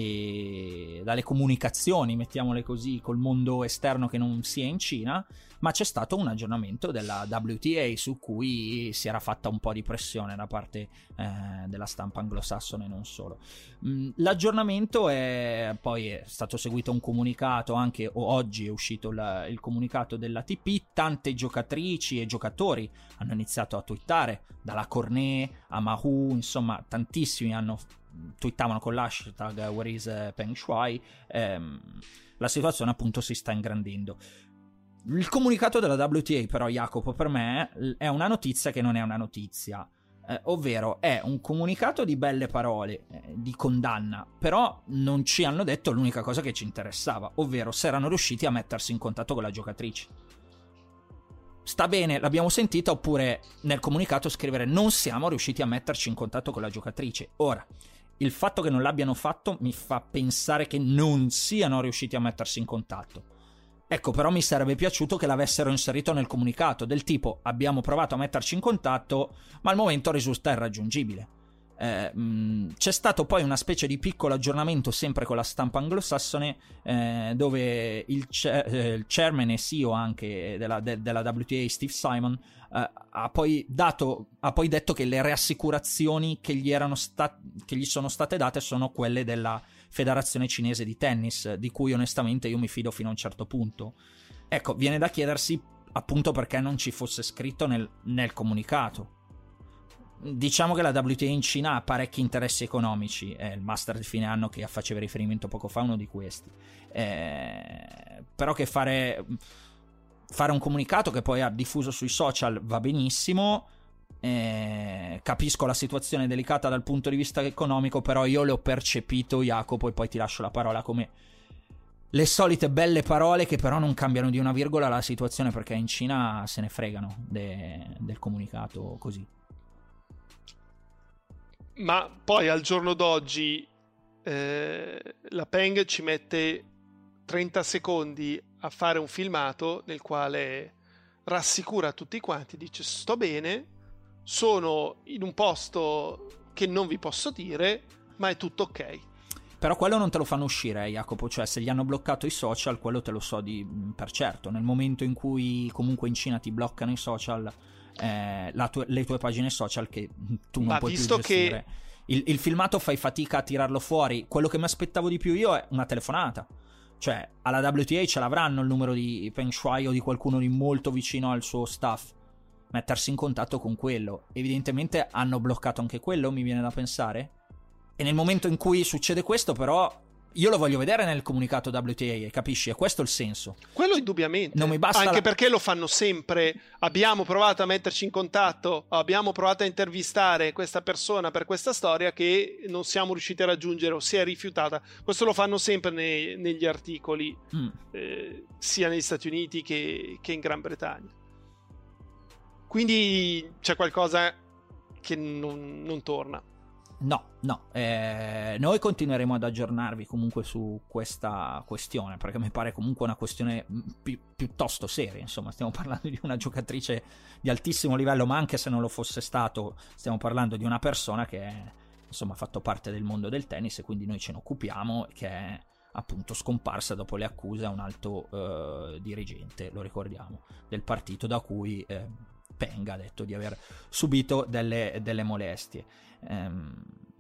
e dalle comunicazioni, mettiamole così, col mondo esterno che non sia in Cina. Ma c'è stato un aggiornamento della W T A su cui si era fatta un po' di pressione da parte eh, della stampa anglosassone e non solo. Mm, l'aggiornamento è poi è stato seguito un comunicato, anche o oggi è uscito la, il comunicato dell'A T P. Tante giocatrici e giocatori hanno iniziato a twittare, dalla Cornet a Mahou, insomma tantissimi hanno twittavano con l'hashtag Where is Peng Shuai, ehm, la situazione appunto si sta ingrandendo. Il comunicato della W T A però, Jacopo, per me è una notizia che non è una notizia, eh, ovvero è un comunicato di belle parole, eh, di condanna, però non ci hanno detto l'unica cosa che ci interessava, ovvero se erano riusciti a mettersi in contatto con la giocatrice. Sta bene, l'abbiamo sentita, oppure nel comunicato scrivere non siamo riusciti a metterci in contatto con la giocatrice. Ora, il fatto che non l'abbiano fatto mi fa pensare che non siano riusciti a mettersi in contatto. Ecco, però mi sarebbe piaciuto che l'avessero inserito nel comunicato, del tipo abbiamo provato a metterci in contatto, ma al momento risulta irraggiungibile. Eh, mh, c'è stato poi una specie di piccolo aggiornamento sempre con la stampa anglosassone, eh, dove il, ce- eh, il chairman e C E O anche della, de- della W T A, Steve Simon, eh, ha poi dato ha poi detto che le rassicurazioni che gli erano sta- che gli sono state date sono quelle della Federazione Cinese di Tennis, di cui onestamente io mi fido fino a un certo punto. Ecco, viene da chiedersi appunto perché non ci fosse scritto nel, nel comunicato. Diciamo che la W T A in Cina ha parecchi interessi economici, è il master di fine anno che faceva riferimento poco fa, uno di questi, eh, però che fare fare un comunicato che poi ha diffuso sui social va benissimo. Eh, capisco la situazione delicata dal punto di vista economico, però io le ho percepito, Jacopo, e poi ti lascio la parola, come le solite belle parole che però non cambiano di una virgola la situazione, perché in Cina se ne fregano de- del comunicato così. Ma poi al giorno d'oggi eh, la Peng ci mette trenta secondi a fare un filmato nel quale rassicura tutti quanti, dice sto bene, sono in un posto che non vi posso dire, ma è tutto ok. Però quello non te lo fanno uscire, eh, Jacopo, cioè se gli hanno bloccato i social, quello te lo so di per certo. Nel momento in cui comunque in Cina ti bloccano i social, eh, la tu- le tue pagine social che tu non ma puoi visto più gestire, che il, il filmato fai fatica a tirarlo fuori. Quello che mi aspettavo di più io è una telefonata. Cioè alla W T A ce l'avranno il numero di Peng Shuai o di qualcuno di molto vicino al suo staff, mettersi in contatto con quello. Evidentemente hanno bloccato anche quello, mi viene da pensare. E nel momento in cui succede questo, però, io lo voglio vedere nel comunicato W T A, capisci? E questo è il senso. Quello indubbiamente. Non mi basta anche la... perché lo fanno sempre. Abbiamo provato a metterci in contatto, abbiamo provato a intervistare questa persona per questa storia che non siamo riusciti a raggiungere o si è rifiutata. Questo lo fanno sempre nei, negli articoli, mm. eh, sia negli Stati Uniti che, che in Gran Bretagna. Quindi c'è qualcosa che non, non torna. No, no, eh, noi continueremo ad aggiornarvi comunque su questa questione, perché mi pare comunque una questione pi- piuttosto seria. Insomma, stiamo parlando di una giocatrice di altissimo livello, ma anche se non lo fosse stato, stiamo parlando di una persona che è, insomma, ha fatto parte del mondo del tennis, e quindi noi ce ne occupiamo, che è appunto scomparsa dopo le accuse a un alto eh, dirigente, lo ricordiamo, del partito da cui eh, Peng ha detto di aver subito delle, delle molestie. Um,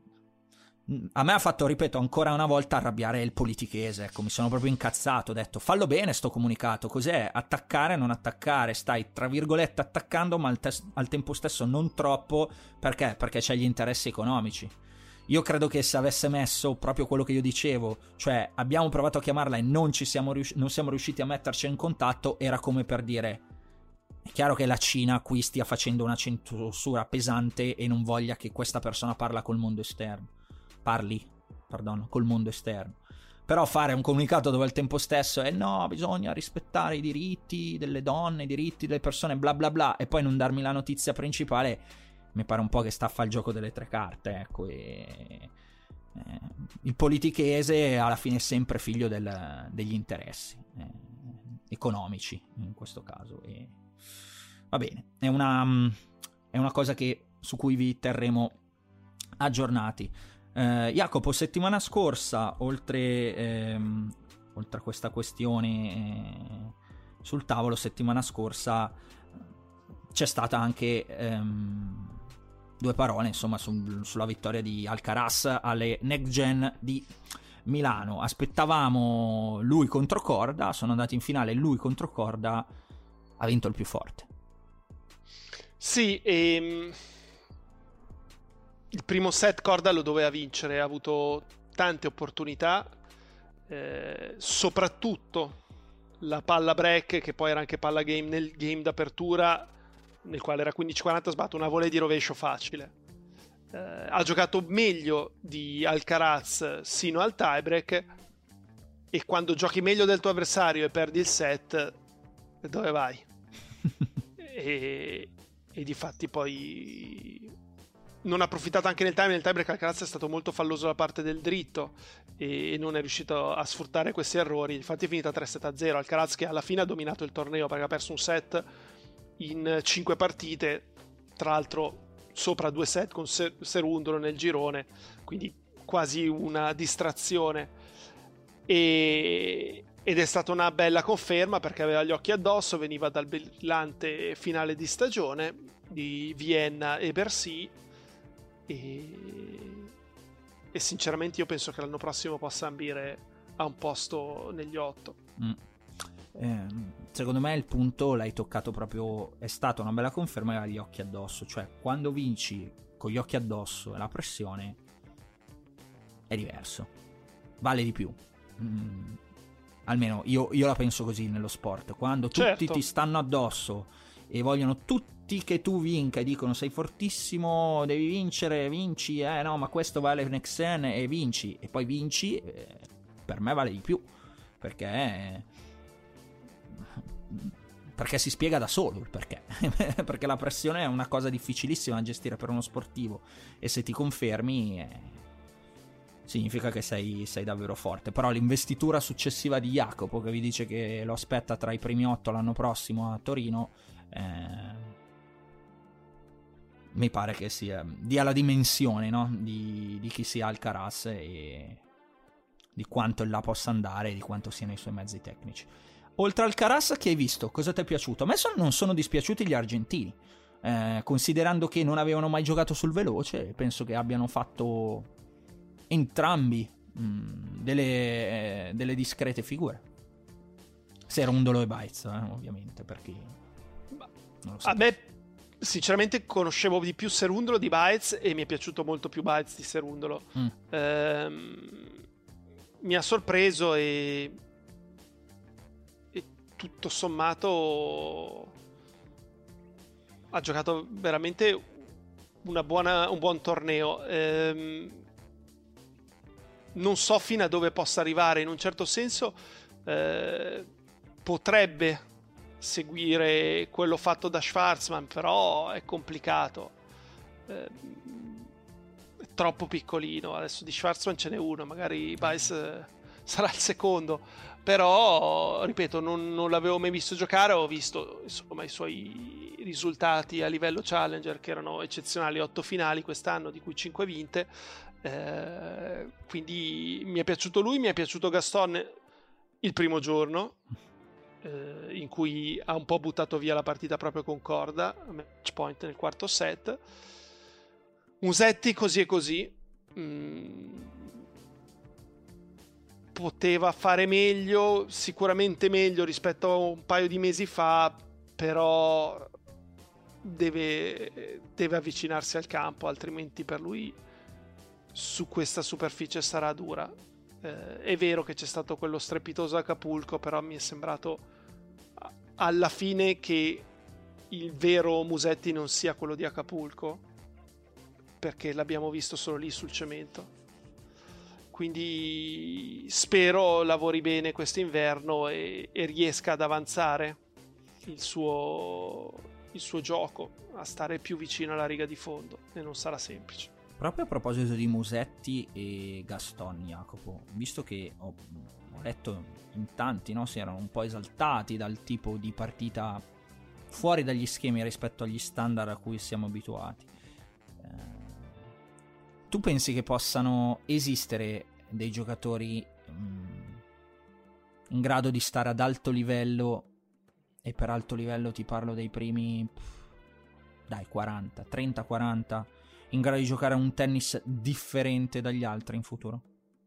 a me ha fatto, ripeto ancora una volta, arrabbiare il politichese. Ecco, mi sono proprio incazzato, ho detto fallo bene sto comunicato, cos'è? Attaccare, non attaccare, stai tra virgolette attaccando, ma al, te- al tempo stesso non troppo. Perché? Perché c'è gli interessi economici. Io credo che se avesse messo proprio quello che io dicevo, cioè abbiamo provato a chiamarla e non ci siamo rius- non siamo riusciti a metterci in contatto, era come per dire: è chiaro che la Cina qui stia facendo una censura pesante e non voglia che questa persona parla col mondo esterno. Parli, pardon, col mondo esterno. Però fare un comunicato dove al tempo stesso è no, bisogna rispettare i diritti delle donne, i diritti delle persone, bla bla bla, e poi non darmi la notizia principale, mi pare un po' che sta a fare il gioco delle tre carte, ecco. E, eh, il politichese alla fine è sempre figlio del, degli interessi eh, economici in questo caso, e va bene, è una, è una cosa che, su cui vi terremo aggiornati. Eh, Jacopo, settimana scorsa, oltre, ehm, oltre a questa questione eh, sul tavolo, settimana scorsa c'è stata anche ehm, due parole, insomma, su, sulla vittoria di Alcaraz alle Next Gen di Milano. Aspettavamo lui contro Corda, sono andati in finale lui contro Corda, ha vinto il più forte. Sì, ehm... il primo set Korda lo doveva vincere, ha avuto tante opportunità, eh, soprattutto la palla break, che poi era anche palla game nel game d'apertura, nel quale era quindici quaranta, ha sbattuto una volée di rovescio facile. Eh, ha giocato meglio di Alcaraz sino al tiebreak, e quando giochi meglio del tuo avversario e perdi il set, dove vai? e, e difatti poi non ha approfittato anche nel time nel tiebreak. Alcaraz è stato molto falloso da parte del dritto e non è riuscito a sfruttare questi errori, infatti è finita tre sette a zero. Alcaraz che alla fine ha dominato il torneo perché ha perso un set in cinque partite, tra l'altro sopra due set con Cerundolo nel girone, quindi quasi una distrazione, e ed è stata una bella conferma perché aveva gli occhi addosso, veniva dal brillante finale di stagione di Vienna e Bercy, e, e sinceramente io penso che l'anno prossimo possa ambire a un posto negli otto. Mm. Eh, secondo me il punto l'hai toccato proprio, è stata una bella conferma, aveva gli occhi addosso, cioè quando vinci con gli occhi addosso e la pressione è diverso, vale di più. Mm. Almeno io, io la penso così nello sport, quando tutti certo. ti stanno addosso e vogliono tutti che tu vinca e dicono sei fortissimo, devi vincere, vinci, eh no ma questo vale next gen, e vinci, e poi vinci, eh, per me vale di più, perché eh, perché si spiega da solo il perché perché la pressione è una cosa difficilissima da gestire per uno sportivo, e se ti confermi eh, significa che sei, sei davvero forte. Però l'investitura successiva di Jacopo, che vi dice che lo aspetta tra i primi otto l'anno prossimo a Torino, eh, mi pare che sia, dia la dimensione, no? di, di chi sia Alcaraz e di quanto in là possa andare e di quanto siano i suoi mezzi tecnici. Oltre al Alcaraz, che hai visto? Cosa ti è piaciuto? A me son, non sono dispiaciuti gli argentini, eh, considerando che non avevano mai giocato sul veloce. Penso che abbiano fatto entrambi mh, delle, eh, delle discrete figure. Cerundolo e Baez, eh, ovviamente, perché non lo so. A me sinceramente conoscevo di più Cerundolo di Baez e mi è piaciuto molto più Baez di Cerundolo. Mm. Ehm, mi ha sorpreso e, e tutto sommato ha giocato veramente una buona, un buon torneo. Ehm, non so fino a dove possa arrivare, in un certo senso eh, potrebbe seguire quello fatto da Schwartzman, però è complicato, eh, è troppo piccolino. Adesso di Schwartzman ce n'è uno, magari Baez eh, sarà il secondo, però ripeto, non, non l'avevo mai visto giocare. Ho visto insomma i suoi risultati a livello challenger che erano eccezionali, otto finali quest'anno di cui cinque vinte, eh, quindi mi è piaciuto lui, mi è piaciuto Gaston il primo giorno, eh, in cui ha un po' buttato via la partita proprio con Korda, match point nel quarto set. Musetti così e così, mm, poteva fare meglio, sicuramente meglio rispetto a un paio di mesi fa, però deve, deve avvicinarsi al campo, altrimenti per lui su questa superficie sarà dura. Eh, è vero che c'è stato quello strepitoso Acapulco, però mi è sembrato alla fine che il vero Musetti non sia quello di Acapulco, perché l'abbiamo visto solo lì sul cemento. Quindi spero lavori bene quest'inverno e, e riesca ad avanzare il suo, il suo gioco, a stare più vicino alla riga di fondo, e non sarà semplice. Proprio a proposito di Musetti e Gaston, Jacopo, visto che ho, ho letto in tanti, no, si erano un po' esaltati dal tipo di partita fuori dagli schemi rispetto agli standard a cui siamo abituati, eh, tu pensi che possano esistere dei giocatori mh, in grado di stare ad alto livello, e per alto livello ti parlo dei primi pff, dai quaranta, trenta quaranta, in grado di giocare a un tennis differente dagli altri in futuro?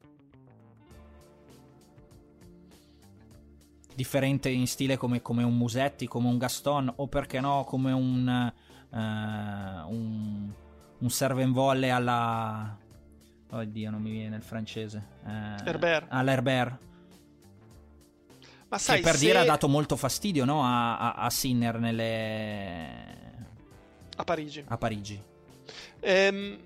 Differente in stile come, come un Musetti, come un Gaston, o perché no come un, uh, un, un serve and volley alla... Oddio, non mi viene il francese. Eh, Herbert. All'Herbert. Ma sai, che per se... dire ha dato molto fastidio, no, a, a, a Sinner nelle... A Parigi. A Parigi. Ehm...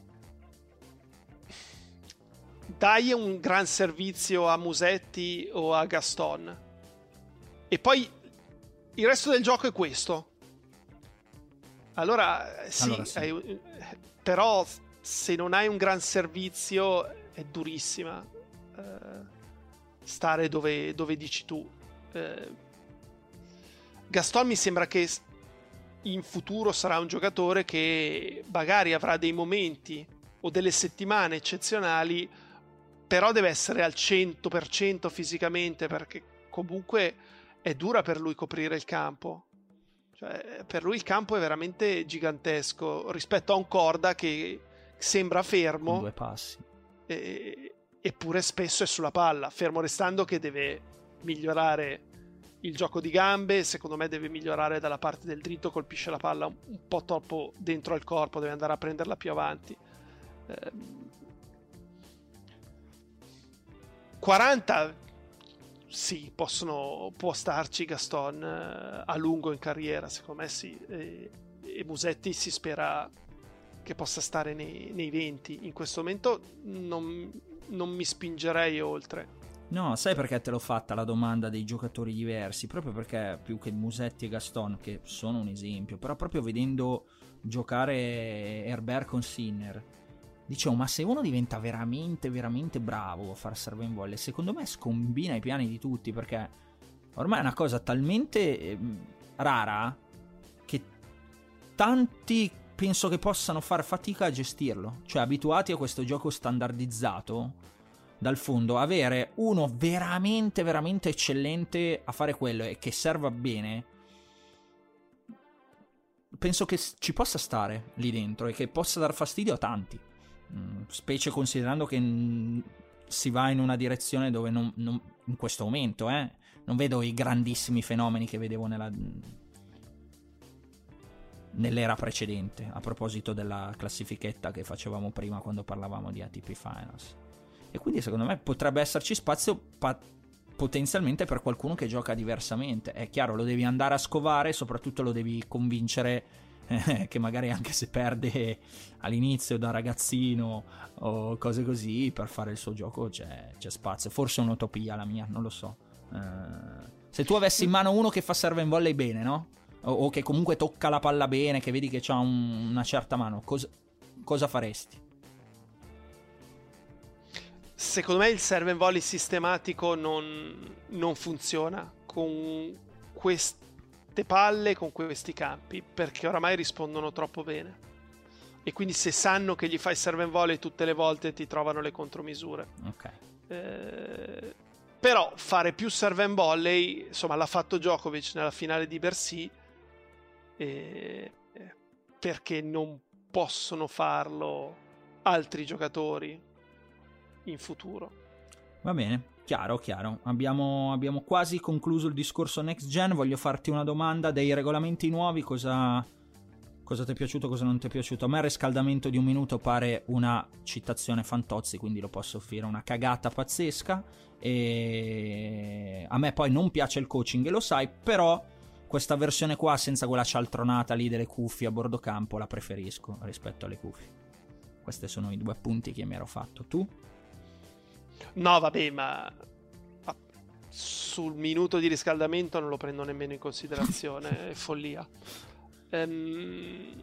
Dai un gran servizio a Musetti o a Gaston e poi il resto del gioco è questo. Allora sì, allora, sì. Hai... però se non hai un gran servizio è durissima eh, stare dove, dove dici tu. eh, Gaston mi sembra che in futuro sarà un giocatore che magari avrà dei momenti o delle settimane eccezionali, però deve essere al cento per cento fisicamente, perché comunque è dura per lui coprire il campo. Cioè, per lui il campo è veramente gigantesco rispetto a un Korda che sembra fermo, con due passi, e, eppure spesso è sulla palla, fermo restando che deve migliorare il gioco di gambe. Secondo me deve migliorare dalla parte del dritto, colpisce la palla un po' troppo dentro al corpo, deve andare a prenderla più avanti. eh, quaranta sì, possono, può starci Gaston eh, a lungo in carriera, secondo me sì, e, e Musetti si spera che possa stare nei, nei venti. In questo momento non, non mi spingerei oltre. No, sai perché te l'ho fatta la domanda dei giocatori diversi? Proprio perché più che Musetti e Gaston, che sono un esempio, però proprio vedendo giocare Herbert con Sinner, dicevo, ma se uno diventa veramente, veramente bravo a far serve in volley, secondo me scombina i piani di tutti, perché ormai è una cosa talmente eh, rara che tanti penso che possano far fatica a gestirlo. Cioè, abituati a questo gioco standardizzato dal fondo, avere uno veramente, veramente eccellente a fare quello e che serva bene, penso che ci possa stare lì dentro e che possa dar fastidio a tanti. Specie considerando che mh, si va in una direzione dove non, non, in questo momento eh, non vedo i grandissimi fenomeni che vedevo nella, nell'era precedente, a proposito della classifichetta che facevamo prima quando parlavamo di A T P Finals. E quindi secondo me potrebbe esserci spazio pa- potenzialmente per qualcuno che gioca diversamente. È chiaro, lo devi andare a scovare, soprattutto lo devi convincere che magari anche se perde all'inizio da ragazzino o cose così, per fare il suo gioco c'è, c'è spazio. Forse è un'utopia la mia, non lo so. Eh, se tu avessi in mano uno che fa serve in volley bene, no? O, o che comunque tocca la palla bene, che vedi che ha un, una certa mano, cosa, cosa faresti? Secondo me il serve and volley sistematico non, non funziona con queste palle, con questi campi, perché oramai rispondono troppo bene, e quindi se sanno che gli fai serve and volley tutte le volte ti trovano le contromisure. Ok. Eh, però fare più serve and volley, insomma, l'ha fatto Djokovic nella finale di Bercy, eh, perché non possono farlo altri giocatori in futuro. Va bene, chiaro, chiaro. Abbiamo, abbiamo quasi concluso il discorso next gen. Voglio farti una domanda dei regolamenti nuovi. Cosa, cosa ti è piaciuto, cosa non ti è piaciuto? A me il riscaldamento di un minuto pare una citazione Fantozzi, quindi lo posso offrire, una cagata pazzesca. E a me poi non piace il coaching, e lo sai, però questa versione qua senza quella cialtronata lì delle cuffie a bordo campo la preferisco rispetto alle cuffie. Questi sono i due punti che mi ero fatto. Tu? No, vabbè, ma sul minuto di riscaldamento non lo prendo nemmeno in considerazione, è follia. Um,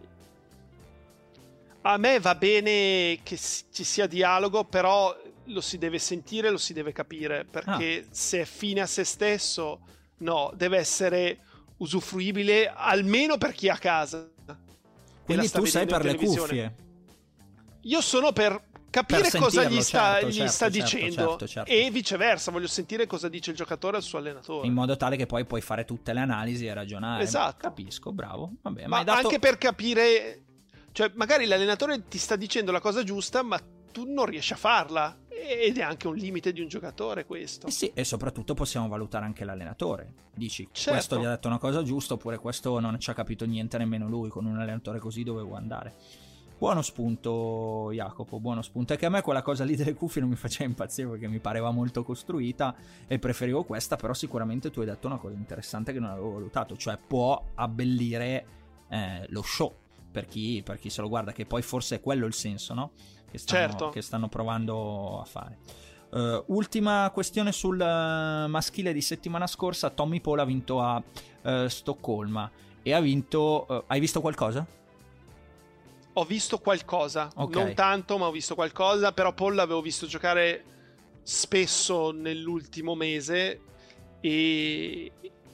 a me va bene che ci sia dialogo, però lo si deve sentire, lo si deve capire, perché ah. se è fine a se stesso, no, deve essere usufruibile almeno per chi è a casa. Quindi tu sei per le cuffie? Io sono per capire per cosa gli sta, certo, gli certo, sta certo, dicendo, certo, certo. E viceversa, voglio sentire cosa dice il giocatore al suo allenatore, in modo tale che poi puoi fare tutte le analisi e ragionare. Esatto. Capisco, bravo. Vabbè, ma dato... anche per capire, cioè magari l'allenatore ti sta dicendo la cosa giusta, ma tu non riesci a farla, ed è anche un limite di un giocatore questo. Eh sì, e soprattutto possiamo valutare anche l'allenatore. Dici, certo, questo gli ha detto una cosa giusta, oppure questo non ci ha capito niente nemmeno lui, con un allenatore così dove vuoi andare. Buono spunto, Jacopo, buono spunto. È che a me quella cosa lì delle cuffie non mi faceva impazzire perché mi pareva molto costruita e preferivo questa, però sicuramente tu hai detto una cosa interessante che non avevo valutato, cioè può abbellire eh, lo show per chi, per chi se lo guarda, che poi forse è quello il senso, no? Che stanno, certo. che stanno provando a fare. Uh, ultima questione sul uh, maschile di settimana scorsa. Tommy Paul ha vinto a uh, Stoccolma e ha vinto... Uh, hai visto qualcosa? Ho visto qualcosa, okay. Non tanto, ma ho visto qualcosa. Però Paul l'avevo visto giocare spesso nell'ultimo mese e,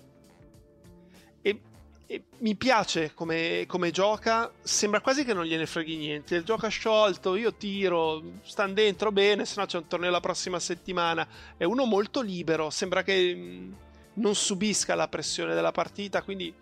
e, e mi piace come, come gioca. Sembra quasi che non gliene freghi niente. Il gioco sciolto, io tiro, stanno dentro bene, se no c'è un torneo la prossima settimana. È uno molto libero, sembra che mh, non subisca la pressione della partita, quindi...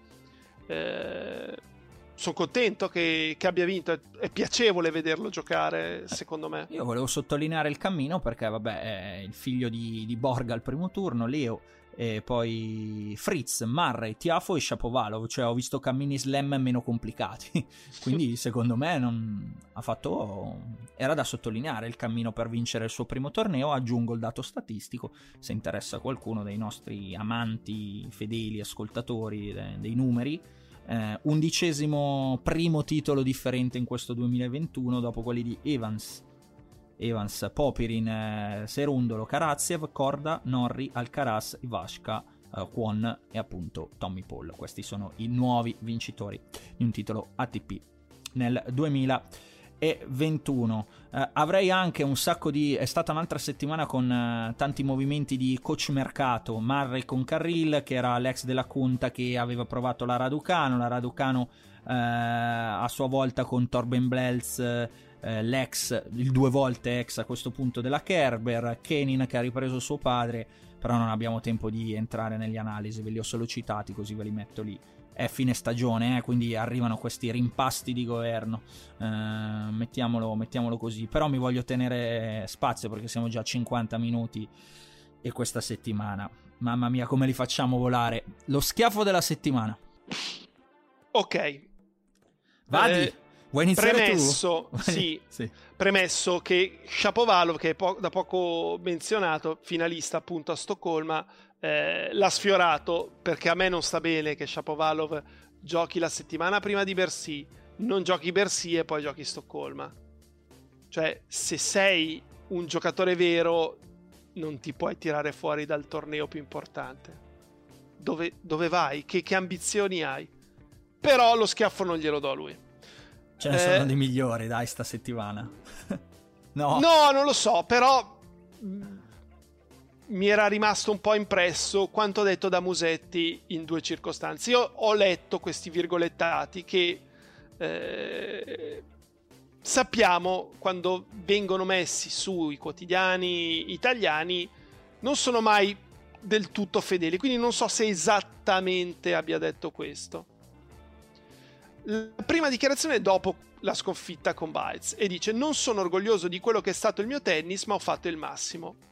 Eh, sono contento che, che abbia vinto, è piacevole vederlo giocare, secondo me. Io volevo sottolineare il cammino perché, vabbè, è il figlio di, di Borga al primo turno, Leo, e poi Fritz, Murray, Tiafoe e Shapovalov, cioè ho visto cammini slam meno complicati, quindi secondo me non ha fatto... era da sottolineare il cammino per vincere il suo primo torneo. Aggiungo il dato statistico, se interessa qualcuno dei nostri amanti, fedeli ascoltatori dei numeri. Eh, undicesimo primo titolo differente in questo duemilaventuno dopo quelli di Evans, Evans, Popirin, eh, Serundolo, Karatsev, Korda, Norrie, Alcaraz, Ivashka, eh, Kwon e appunto Tommy Paul. Questi sono i nuovi vincitori di un titolo A T P nel duemilaventuno. Eh, avrei anche un sacco di... è stata un'altra settimana con eh, tanti movimenti di coach mercato. Murray con Carril, che era l'ex della Conta che aveva provato la Raducano, la Raducano eh, a sua volta con Torben Blels, eh, l'ex, il due volte ex a questo punto della Kerber, Kenin che ha ripreso suo padre, però non abbiamo tempo di entrare negli analisi, ve li ho solo citati così ve li metto lì. È fine stagione, eh, quindi arrivano questi rimpasti di governo, eh, mettiamolo, mettiamolo così. Però mi voglio tenere spazio perché siamo già a cinquanta minuti e questa settimana, mamma mia come li facciamo volare. Lo schiaffo della settimana. Ok, vadi, eh, vuoi iniziare premesso, tu? sì, sì. Premesso che Shapovalov, che è po- da poco menzionato, finalista appunto a Stoccolma, Eh, l'ha sfiorato, perché a me non sta bene che Shapovalov giochi la settimana prima di Bercy, non giochi Bercy e poi giochi Stoccolma. Cioè, se sei un giocatore vero non ti puoi tirare fuori dal torneo più importante. Dove, dove vai? Che, che ambizioni hai? Però lo schiaffo non glielo do a lui. Ce ne eh, sono di migliori, dai, sta settimana. no. no, non lo so, però mi era rimasto un po' impresso quanto detto da Musetti in due circostanze. Io ho letto questi virgolettati che eh, sappiamo quando vengono messi sui quotidiani italiani non sono mai del tutto fedeli, quindi non so se esattamente abbia detto questo. La prima dichiarazione è dopo la sconfitta con Biles e dice: non sono orgoglioso di quello che è stato il mio tennis, ma ho fatto il massimo.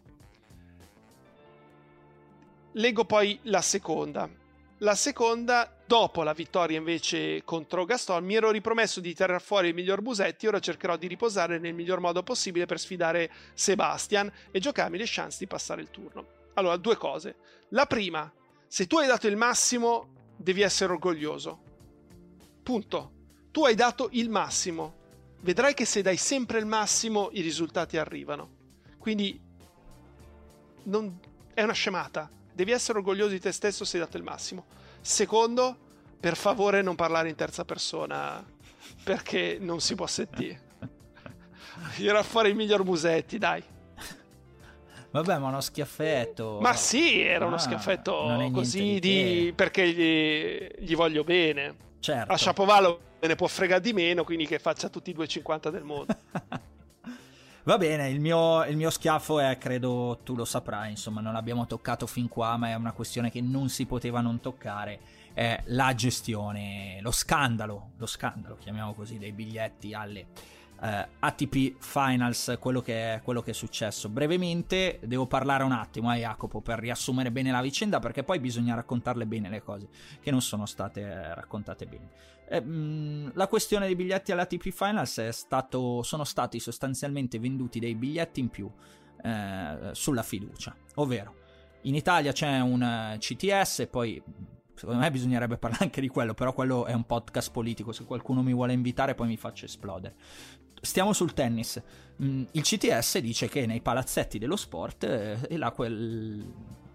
Leggo poi la seconda. La seconda, dopo la vittoria invece contro Gaston, mi ero ripromesso di tirare fuori il miglior Musetti, ora cercherò di riposare nel miglior modo possibile per sfidare Sebastian e giocarmi le chance di passare il turno. Allora, due cose. La prima, se tu hai dato il massimo, devi essere orgoglioso. Punto. Tu hai dato il massimo. Vedrai che se dai sempre il massimo, i risultati arrivano. Quindi non... è una scemata. Devi essere orgoglioso di te stesso se hai dato il massimo. Secondo, per favore non parlare in terza persona, perché non si può sentire. Era fuori il miglior Musetti, dai. Vabbè, ma uno schiaffetto. Ma sì, era uno ah, schiaffetto così di di... perché gli... gli voglio bene. Certo. A Shapovalov me ne può fregare di meno, quindi che faccia tutti i due e cinquanta del mondo. Va bene, il mio, il mio schiaffo è, credo tu lo saprai, insomma non l'abbiamo toccato fin qua, ma è una questione che non si poteva non toccare, è la gestione, lo scandalo, lo scandalo, chiamiamo così, dei biglietti alle eh, A T P Finals, quello che, è, quello che è successo. Brevemente devo parlare un attimo a eh, Jacopo, per riassumere bene la vicenda, perché poi bisogna raccontarle bene le cose che non sono state eh, raccontate bene. Eh, mh, la questione dei biglietti all'A T P Finals è stato, sono stati sostanzialmente venduti dei biglietti in più eh, sulla fiducia, ovvero in Italia c'è un C T S, poi secondo me bisognerebbe parlare anche di quello, però quello è un podcast politico, se qualcuno mi vuole invitare poi mi faccio esplodere. Stiamo sul tennis. Mm, il C T S dice che nei palazzetti dello sport eh, e là quel...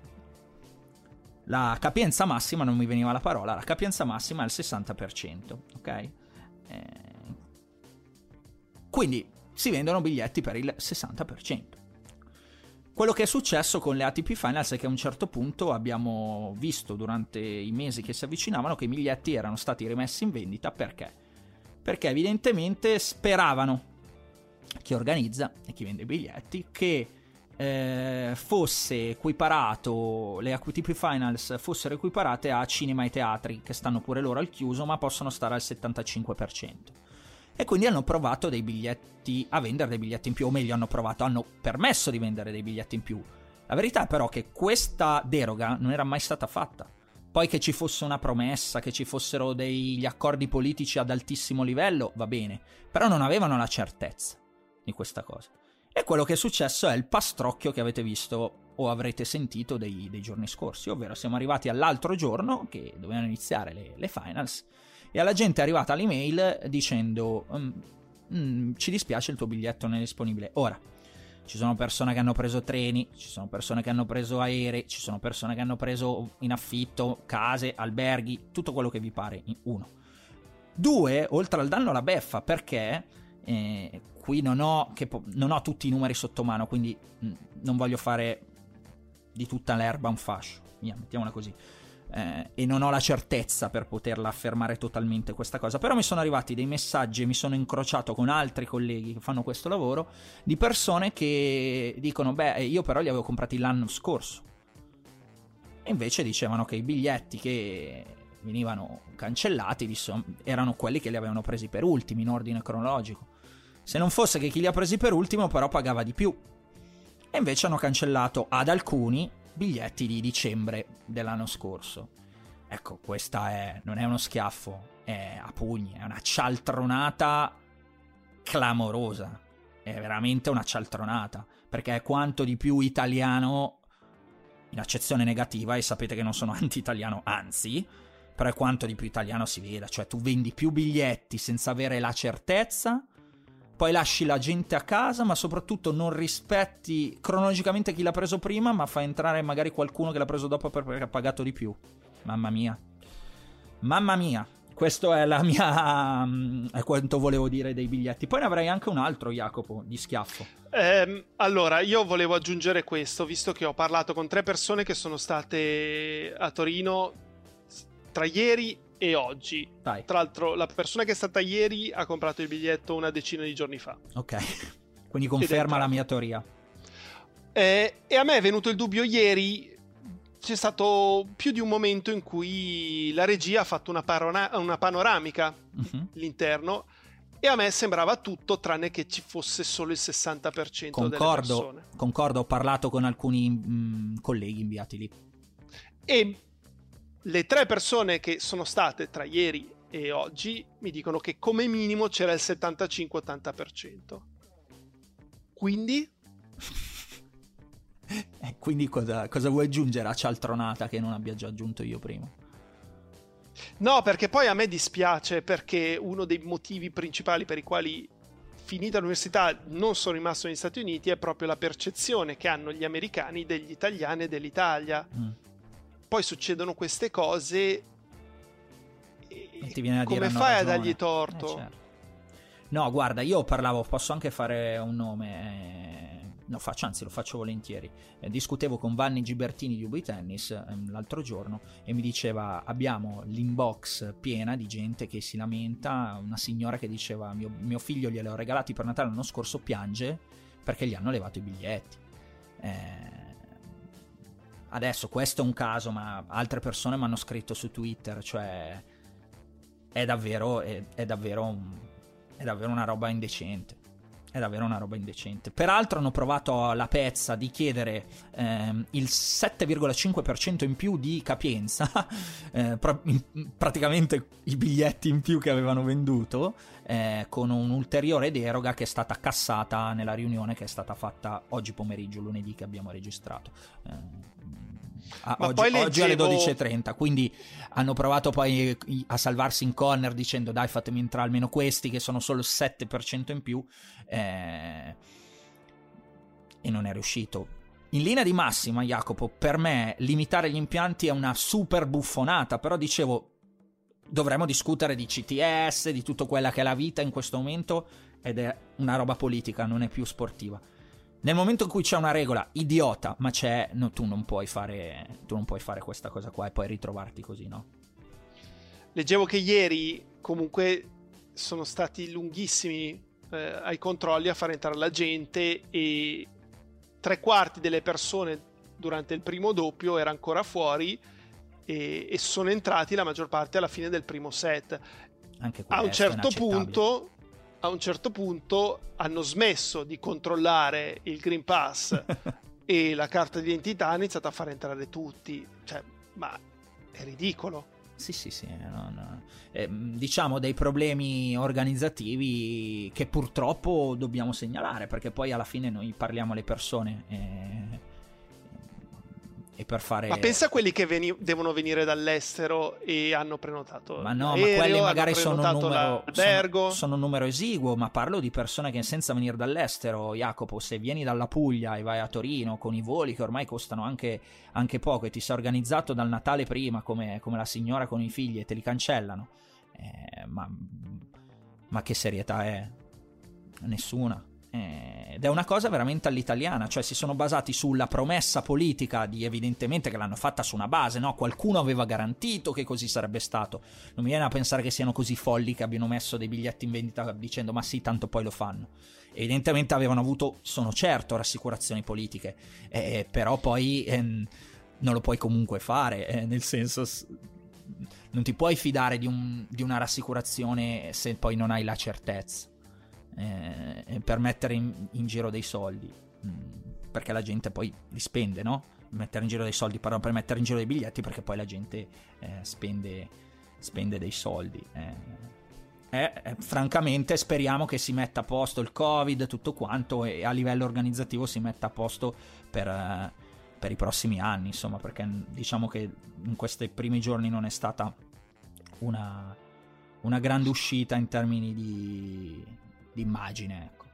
la capienza massima, non mi veniva la parola, la capienza massima è il sessanta per cento, ok? Eh... Quindi si vendono biglietti per il sessanta per cento. Quello che è successo con le A T P Finals è che a un certo punto abbiamo visto durante i mesi che si avvicinavano che i biglietti erano stati rimessi in vendita. Perché? Perché evidentemente speravano chi organizza e chi vende i biglietti che eh, fosse equiparato, le A T P Finals fossero equiparate a cinema e teatri, che stanno pure loro al chiuso ma possono stare al settantacinque per cento. E quindi hanno provato dei biglietti a vendere dei biglietti in più, o meglio hanno provato, hanno permesso di vendere dei biglietti in più. La verità è però che questa deroga non era mai stata fatta. Poi che ci fosse una promessa, che ci fossero degli accordi politici ad altissimo livello, va bene, però non avevano la certezza di questa cosa. E quello che è successo è il pastrocchio che avete visto o avrete sentito dei, dei giorni scorsi, ovvero siamo arrivati all'altro giorno che dovevano iniziare le, le finals, e alla gente è arrivata l'email dicendo mm, mm, ci dispiace, il tuo biglietto non è disponibile. Ora, ci sono persone che hanno preso treni, ci sono persone che hanno preso aerei, ci sono persone che hanno preso in affitto case, alberghi, tutto quello che vi pare. Uno. Due, oltre al danno la beffa, perché eh, qui non ho, che po- non ho tutti i numeri sotto mano, quindi mh, non voglio fare di tutta l'erba un fascio, via, mettiamola così. Eh, e non ho la certezza per poterla affermare totalmente questa cosa, però mi sono arrivati dei messaggi e mi sono incrociato con altri colleghi che fanno questo lavoro, di persone che dicono beh, io però li avevo comprati l'anno scorso, e invece dicevano che i biglietti che venivano cancellati erano quelli che li avevano presi per ultimi in ordine cronologico, se non fosse che chi li ha presi per ultimo però pagava di più, e invece hanno cancellato ad alcuni biglietti di dicembre dell'anno scorso. Ecco, questa è, non è uno schiaffo, è a pugni, è una cialtronata clamorosa, è veramente una cialtronata, perché è quanto di più italiano, in accezione negativa, e sapete che non sono anti-italiano, anzi, però è quanto di più italiano si veda, cioè tu vendi più biglietti senza avere la certezza, poi lasci la gente a casa, ma soprattutto non rispetti cronologicamente chi l'ha preso prima, ma fai entrare magari qualcuno che l'ha preso dopo perché ha pagato di più. Mamma mia. Mamma mia. Questo è la mia... è quanto volevo dire dei biglietti. Poi ne avrei anche un altro, Jacopo, di schiaffo. Eh, allora, io volevo aggiungere questo, visto che ho parlato con tre persone che sono state a Torino tra ieri e oggi. Dai. Tra l'altro la persona che è stata ieri ha comprato il biglietto una decina di giorni fa. Ok, quindi conferma la mia teoria. Eh, e a me è venuto il dubbio ieri, c'è stato più di un momento in cui la regia ha fatto una, parona- una panoramica uh-huh. all'interno, e a me sembrava tutto tranne che ci fosse solo il sessanta per cento concordo, delle persone. Concordo, ho parlato con alcuni mh, colleghi inviati lì. E le tre persone che sono state tra ieri e oggi mi dicono che come minimo c'era il settantacinque ottanta per cento. Quindi? eh, quindi cosa, cosa vuoi aggiungere a cialtronata che non abbia già aggiunto io prima? No, perché poi a me dispiace, perché uno dei motivi principali per i quali finita l'università non sono rimasto negli Stati Uniti è proprio la percezione che hanno gli americani degli italiani e dell'Italia. Mm. Poi succedono queste cose e, e ti viene a come dire fai a dargli torto? Eh, certo. No, guarda, io parlavo, posso anche fare un nome, eh, no, faccio, anzi lo faccio volentieri. Eh, discutevo con Vanni Gibertini di U B Tennis eh, l'altro giorno e mi diceva abbiamo l'inbox piena di gente che si lamenta, una signora che diceva mio, mio figlio glieli ho regalati per Natale l'anno scorso, piange perché gli hanno levato i biglietti. Eh, Adesso questo è un caso, ma altre persone mi hanno scritto su Twitter, cioè è davvero, è, è davvero un, è davvero una roba indecente. È davvero una roba indecente. Peraltro hanno provato la pezza di chiedere ehm, il sette virgola cinque per cento in più di capienza, eh, pra- in, praticamente i biglietti in più che avevano venduto, eh, con un'ulteriore deroga che è stata cassata nella riunione che è stata fatta oggi pomeriggio, lunedì che abbiamo registrato. Eh, Ah, oggi, leggevo... oggi alle dodici e trenta, quindi hanno provato poi a salvarsi in corner dicendo dai fatemi entrare almeno questi che sono solo il sette per cento in più, eh... e non è riuscito. In linea di massima, Jacopo, per me limitare gli impianti è una super buffonata, però dicevo dovremmo discutere di C T S, di tutto quella che è la vita in questo momento, ed è una roba politica, non è più sportiva. Nel momento in cui c'è una regola idiota, ma c'è, no, tu non puoi fare tu non puoi fare questa cosa qua e poi ritrovarti così, no? Leggevo che ieri comunque sono stati lunghissimi eh, ai controlli a far entrare la gente, e tre quarti delle persone durante il primo doppio era ancora fuori, e, e sono entrati la maggior parte alla fine del primo set. Anche a un certo punto a un certo punto hanno smesso di controllare il Green Pass e la carta d'identità, ha iniziato a far entrare tutti. Cioè, ma è ridicolo. Sì, sì, sì. No, no. Eh, diciamo dei problemi organizzativi che purtroppo dobbiamo segnalare, perché poi alla fine noi parliamo alle persone. Eh... E per fare... Ma pensa a quelli che veni- devono venire dall'estero e hanno prenotato ma no, l'aereo, ma quelli magari sono un numero sono, sono un numero esiguo, ma parlo di persone che senza venire dall'estero, Jacopo, se vieni dalla Puglia e vai a Torino con i voli che ormai costano anche, anche poco e ti sei organizzato dal Natale prima come, come la signora con i figli e te li cancellano, eh, ma, ma che serietà è? Nessuna. Ed è una cosa veramente all'italiana, cioè si sono basati sulla promessa politica di, evidentemente, che l'hanno fatta su una base, no? Qualcuno aveva garantito che così sarebbe stato. Non mi viene a pensare che siano così folli che abbiano messo dei biglietti in vendita dicendo ma sì, tanto poi lo fanno. Evidentemente avevano avuto, sono certo, rassicurazioni politiche, eh, però poi eh, non lo puoi comunque fare, eh, nel senso non ti puoi fidare di, un, di una rassicurazione se poi non hai la certezza. Eh, per mettere in, in giro dei soldi, mm, perché la gente poi li spende, no? Mettere in giro dei soldi per, per mettere in giro dei biglietti, perché poi la gente eh, spende, spende dei soldi. Eh, eh, eh, francamente speriamo che si metta a posto il Covid, tutto quanto, e a livello organizzativo si metta a posto per, eh, per i prossimi anni, insomma, perché diciamo che in questi primi giorni non è stata una, una grande uscita in termini di d'immagine, ecco.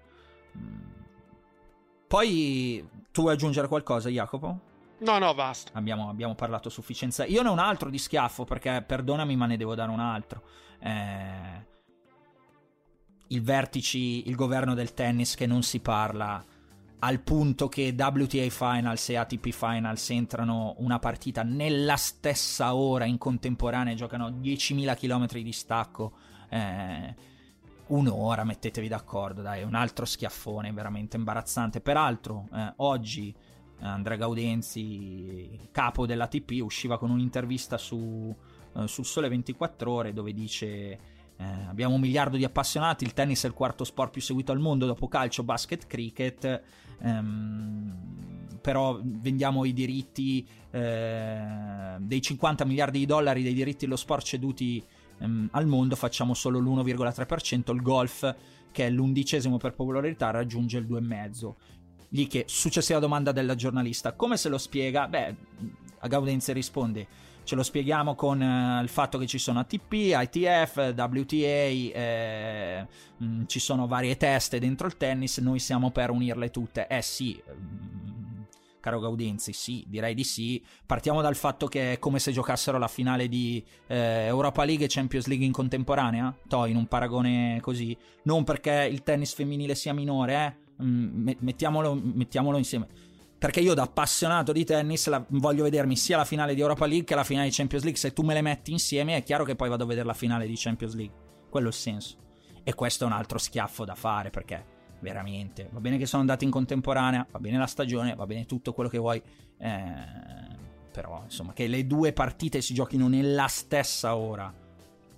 Poi tu vuoi aggiungere qualcosa, Jacopo? No, no, basta. Abbiamo, abbiamo parlato a sufficienza. Io ne ho un altro di schiaffo, perché perdonami ma ne devo dare un altro. Eh, il vertici, il governo del tennis che non si parla, al punto che W T A Finals e A T P Finals entrano una partita nella stessa ora in contemporanea e giocano diecimila chilometri di stacco. Eh, un'ora, mettetevi d'accordo, dai, un altro schiaffone veramente imbarazzante. Peraltro eh, oggi eh, Andrea Gaudenzi, capo dell'A T P, usciva con un'intervista su, eh, sul Sole ventiquattro Ore, dove dice eh, abbiamo un miliardo di appassionati, il tennis è il quarto sport più seguito al mondo dopo calcio, basket, cricket, ehm, però vendiamo i diritti eh, dei cinquanta miliardi di dollari dei diritti dello sport ceduti al mondo, facciamo solo l'uno virgola tre per cento. Il golf, che è l'undicesimo per popolarità, raggiunge il due virgola cinque. Lì che successiva domanda della giornalista, come se lo spiega? Beh, a Gaudenzi risponde, ce lo spieghiamo con uh, il fatto che ci sono A T P, I T F, W T A, eh, mh, ci sono varie teste dentro il tennis, noi siamo per unirle tutte. Eh sì, caro Gaudenzi, sì, direi di sì. Partiamo dal fatto che è come se giocassero la finale di eh, Europa League e Champions League in contemporanea, to, in un paragone così, non perché il tennis femminile sia minore, eh? mm, mettiamolo, mettiamolo insieme, perché io da appassionato di tennis la, voglio vedermi sia la finale di Europa League che la finale di Champions League. Se tu me le metti insieme è chiaro che poi vado a vedere la finale di Champions League, quello è il senso. E questo è un altro schiaffo da fare, perché veramente, va bene che sono andati in contemporanea, va bene la stagione, va bene tutto quello che vuoi, eh, però insomma che le due partite si giochino nella stessa ora,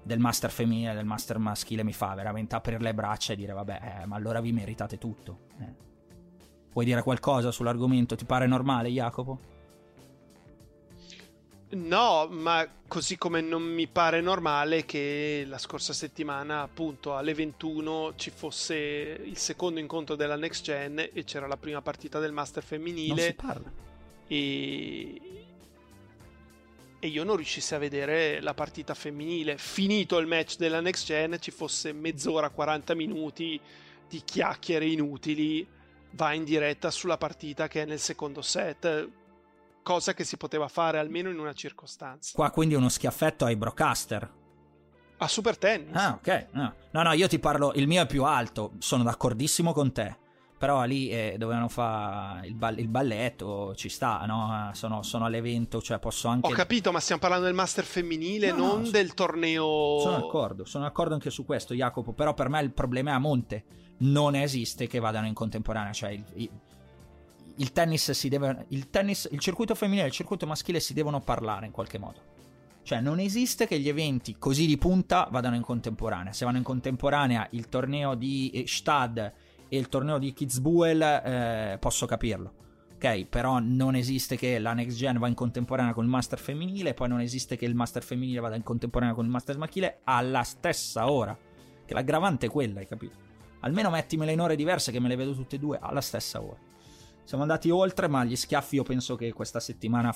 del master femminile e del master maschile mi fa veramente aprire le braccia e dire vabbè, eh, ma allora vi meritate tutto. Eh. Vuoi dire qualcosa sull'argomento? Ti pare normale, Jacopo? No, ma così come non mi pare normale che la scorsa settimana, appunto, alle ventuno ci fosse il secondo incontro della Next Gen e c'era la prima partita del Master femminile. Non si parla. E... e io non riuscissi a vedere la partita femminile. Finito il match della Next Gen, ci fosse mezz'ora, quaranta minuti di chiacchiere inutili, va in diretta sulla partita che è nel secondo set, cosa che si poteva fare almeno in una circostanza. Qua quindi uno schiaffetto ai broadcaster. A Super Tennis. Ah, ok. No. no, no, io ti parlo, il mio è più alto, sono d'accordissimo con te. Però lì eh, dovevano fare il, ball- il balletto, ci sta, no? Sono, sono all'evento, cioè posso anche... Ho capito, ma stiamo parlando del Master femminile, no, non no, del torneo... Sono d'accordo, sono d'accordo anche su questo, Jacopo, però per me il problema è a monte. Non esiste che vadano in contemporanea, cioè il, il, il tennis si deve... Il tennis, il circuito femminile e il circuito maschile si devono parlare in qualche modo. Cioè non esiste che gli eventi così di punta vadano in contemporanea. Se vanno in contemporanea il torneo di Stad e il torneo di Kitzbühel, eh, posso capirlo, ok? Però non esiste che la Next Gen va in contemporanea con il Master femminile, poi non esiste che il Master femminile vada in contemporanea con il Master maschile alla stessa ora, che l'aggravante è quella, hai capito? Almeno mettimele in ore diverse che me le vedo tutte e due alla stessa ora. Siamo andati oltre, ma gli schiaffi io penso che questa settimana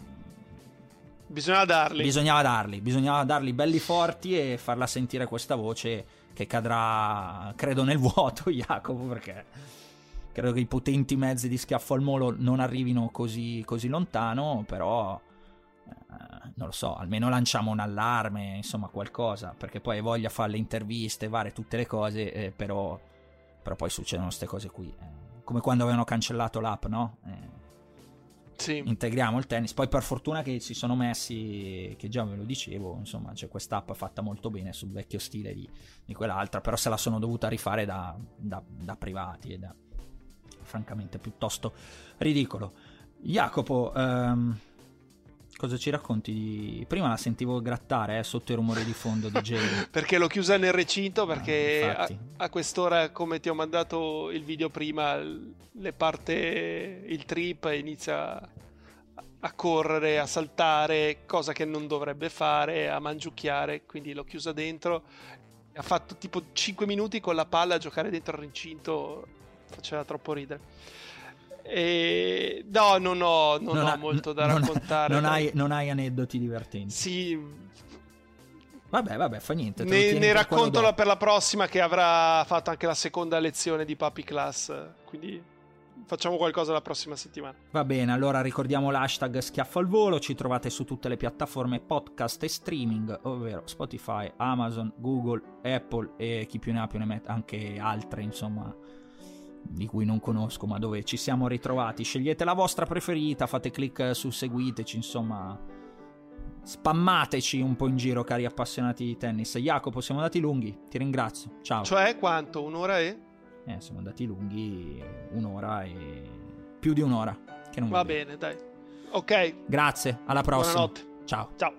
bisognava darli bisognava darli bisognava darli belli forti e farla sentire questa voce che cadrà, credo, nel vuoto, Jacopo, perché credo che i potenti mezzi di schiaffo al molo non arrivino così, così lontano, però eh, non lo so, almeno lanciamo un allarme, insomma qualcosa, perché poi hai voglia a fare le interviste, varie tutte le cose, eh, però, però poi succedono queste cose qui, eh, come quando avevano cancellato l'app, no? Eh, sì. Integriamo il tennis, poi per fortuna che si sono messi, che già ve lo dicevo, insomma c'è quest'app fatta molto bene sul vecchio stile di, di quell'altra, però se la sono dovuta rifare da, da, da privati ed è francamente piuttosto ridicolo. Jacopo, ehm, cosa ci racconti di... Prima la sentivo grattare eh, sotto i rumori di fondo di Jay. Perché l'ho chiusa nel recinto, perché ah, a, a quest'ora, come ti ho mandato il video prima, le parte il trip e inizia a correre, a saltare, cosa che non dovrebbe fare, a mangiucchiare, quindi l'ho chiusa dentro. Ha fatto tipo cinque minuti con la palla a giocare dentro il recinto, faceva troppo ridere. E... no, non ho, non non ho ha, molto da non raccontare. Non hai, non hai aneddoti divertenti? Sì. Vabbè, vabbè, fa niente. Ne, ne racconto la per la prossima, che avrà fatto anche la seconda lezione di Puppy Class, quindi facciamo qualcosa la prossima settimana. Va bene, allora ricordiamo l'hashtag Schiaffo al Volo, ci trovate su tutte le piattaforme podcast e streaming, ovvero Spotify, Amazon, Google, Apple e chi più ne ha più ne mette, anche altre, insomma, di cui non conosco, ma dove ci siamo ritrovati. Scegliete la vostra preferita, fate click su seguiteci, insomma spammateci un po' in giro, cari appassionati di tennis. Jacopo, siamo andati lunghi, ti ringrazio, ciao. Cioè quanto? Un'ora e? Eh, siamo andati lunghi, un'ora e più di un'ora che non va vedo. bene, dai, ok, grazie, alla prossima. Buonanotte. Ciao. Ciao.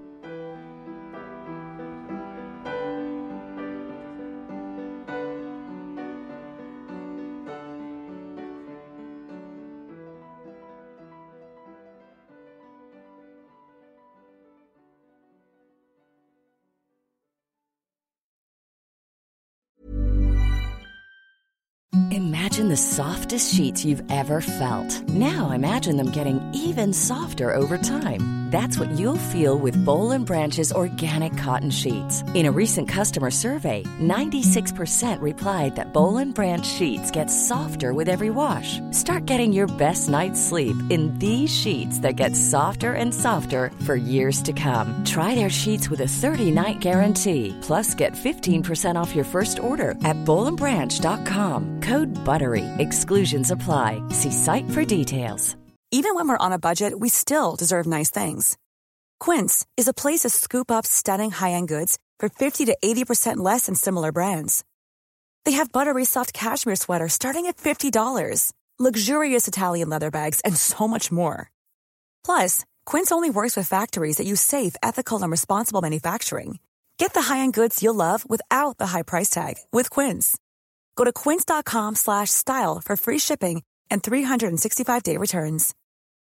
Imagine the softest sheets you've ever felt. Now imagine them getting even softer over time. That's what you'll feel with Boll and Branch's organic cotton sheets. In a recent customer survey, ninety-six percent replied that Boll and Branch sheets get softer with every wash. Start getting your best night's sleep in these sheets that get softer and softer for years to come. Try their sheets with a thirty-night guarantee. Plus, get fifteen percent off your first order at boll and branch dot com. Code BUTTERY. Exclusions apply. See site for details. Even when we're on a budget, we still deserve nice things. Quince is a place to scoop up stunning high-end goods for fifty to eighty percent less than similar brands. They have buttery soft cashmere sweaters starting at fifty dollars, luxurious Italian leather bags, and so much more. Plus, Quince only works with factories that use safe, ethical, and responsible manufacturing. Get the high-end goods you'll love without the high price tag with Quince. Go to quince.com slash style for free shipping and three sixty-five day returns.